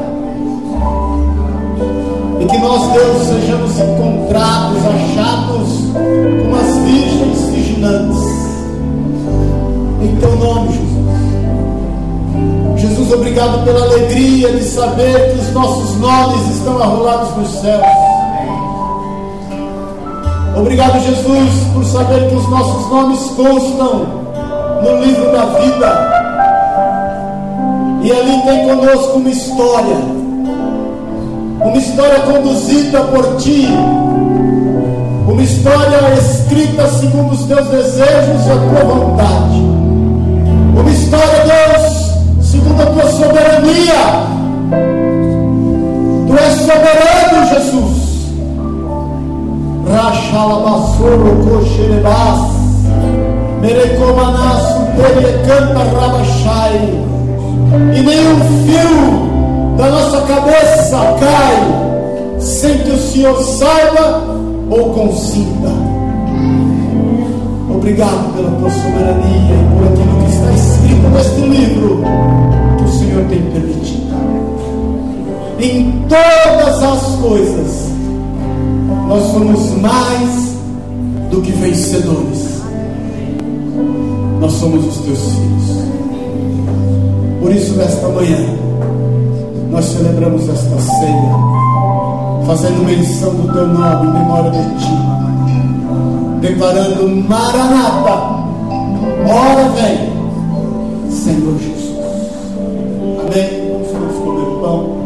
E que nós, Deus, sejamos encontrados, achados como as virgens vigilantes. Em teu nome, Jesus. Jesus, obrigado pela alegria de saber que os nossos nomes estão arrolados nos céus. Obrigado, Jesus, por saber que os nossos nomes constam no livro da vida. E ali tem conosco uma história conduzida por Ti, uma história escrita segundo os Teus desejos e a Tua vontade, uma história, Deus, segundo a Tua soberania. Tu és soberano, Jesus. Rachalabassoro coxerebas, merecomanasso terecanta rabachai, e nenhum fio da nossa cabeça cai sem que o Senhor saiba ou consinta. Obrigado pela tua soberania e por aquilo que está escrito neste livro que o Senhor tem permitido. Em todas as coisas nós somos mais do que vencedores. Nós somos os teus filhos. Por isso, nesta manhã, nós celebramos esta ceia, fazendo menção do teu nome, em memória de Ti, declarando: Maranata, ora vem, Senhor Jesus. Amém. Vamos comer o pão.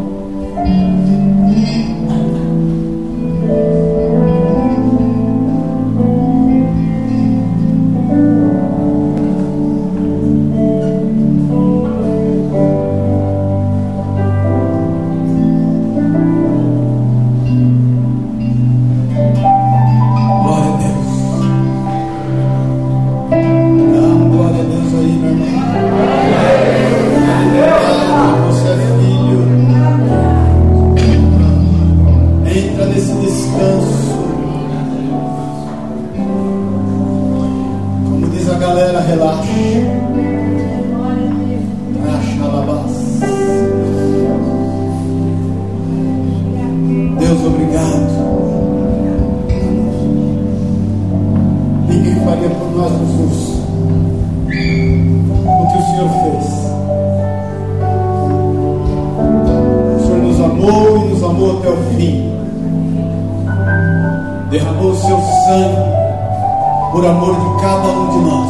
Derramou o seu sangue por amor de cada um de nós.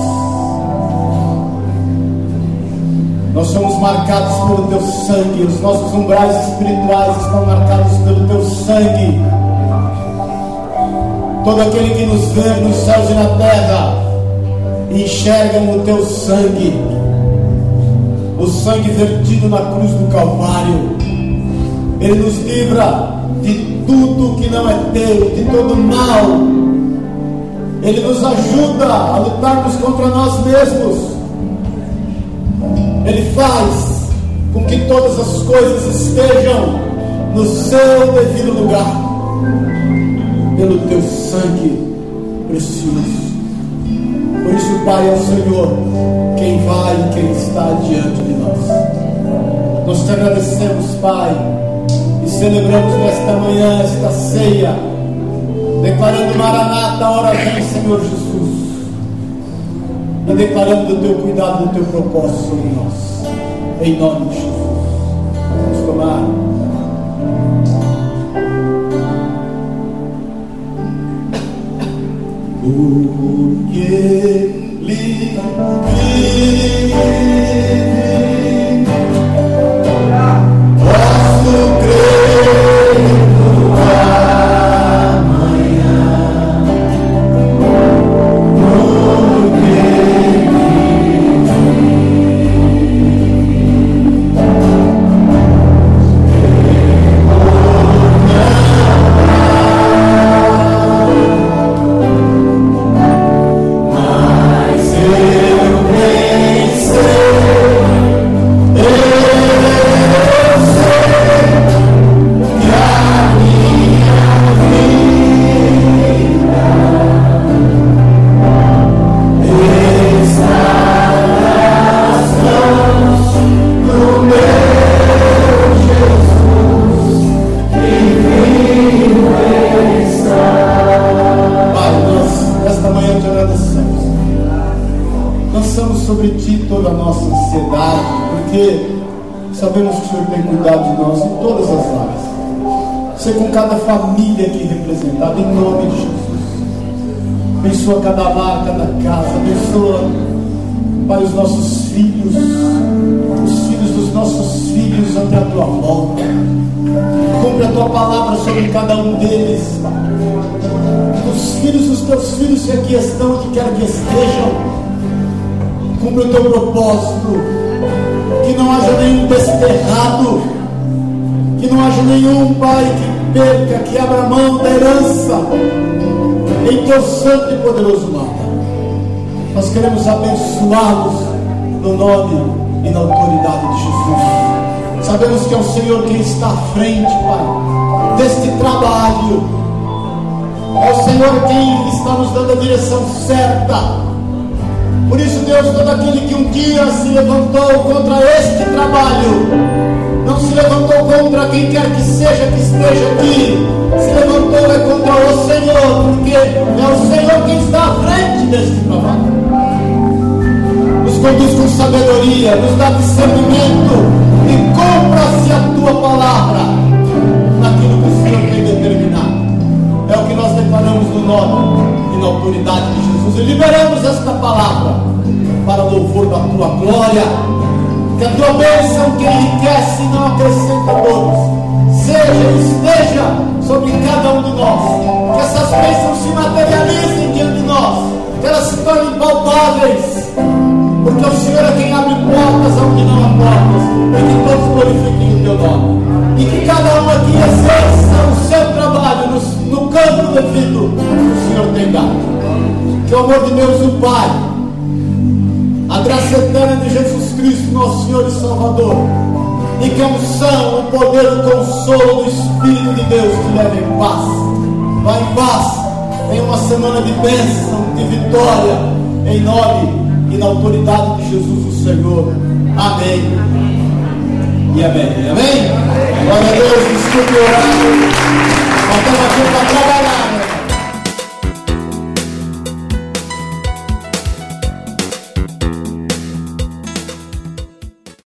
Nós somos marcados pelo teu sangue. Os nossos umbrais espirituais estão marcados pelo teu sangue. Todo aquele que nos vê nos céus e na terra enxergam o teu sangue, o sangue vertido na cruz do Calvário. Ele nos livra de tudo que não é teu, de todo mal. Ele nos ajuda a lutarmos contra nós mesmos. Ele faz com que todas as coisas estejam no seu devido lugar, pelo teu sangue precioso. Por isso, Pai, é o Senhor quem vai e quem está diante de nós. Nós te agradecemos, Pai, e celebramos nesta manhã, esta ceia, declarando: Maranata, ora vem, Senhor Jesus, e declarando o teu cuidado, o teu propósito sobre nós, em nome de Jesus. Vamos tomar. Porque livre posso crer no amanhã, porque livre nossa ansiedade, porque sabemos que o Senhor tem cuidado de nós em todas as áreas. Ser com cada família aqui representada, em nome de Jesus. Abençoa cada lar, cada casa. Abençoa, Pai, os nossos filhos, os filhos dos nossos filhos até a tua volta. Cumpre a tua palavra sobre cada um deles, Pai. Os filhos dos teus filhos que aqui estão, onde quer que estejam, cumpre o teu propósito. Que não haja nenhum desterrado, que não haja nenhum, Pai, que perca, que abra mão da herança, em teu santo e poderoso nome. Nós queremos abençoá-los no nome e na autoridade de Jesus. Sabemos que é o Senhor quem está à frente, Pai, deste trabalho. É o Senhor quem está nos dando a direção certa. Por isso, Deus, todo aquele que um dia se levantou contra este trabalho, não se levantou contra quem quer que seja que esteja aqui, se levantou é contra o Senhor, porque é o Senhor quem está à frente deste trabalho. Nos conduz com sabedoria, nos dá discernimento e cumpra-se a tua palavra naquilo que o Senhor tem determinado. É o que nós declaramos no nome e na autoridade de Jesus, e liberamos esta palavra para o louvor da tua glória. Que a tua bênção, que enriquece e não acrescenta dores, seja e esteja sobre cada um de nós. Que essas bênçãos se materializem diante de nós, que elas se tornem palpáveis, porque o Senhor é quem abre portas onde não há portas, e que todos glorifiquem o teu nome, e que cada um aqui exerça o seu trabalho no campo devido que o Senhor tem dado. Que o amor de Deus, o Pai, a graça eterna de Jesus Cristo, nosso Senhor e Salvador, e que a unção, o poder, o consolo do Espírito de Deus te leve em paz. Vá em paz, tenha uma semana de bênção, de vitória, em nome e na autoridade de Jesus o Senhor. Amém e amém. Amém? Glória a Deus, desculpe o horário, mas estamos aqui para trabalhar.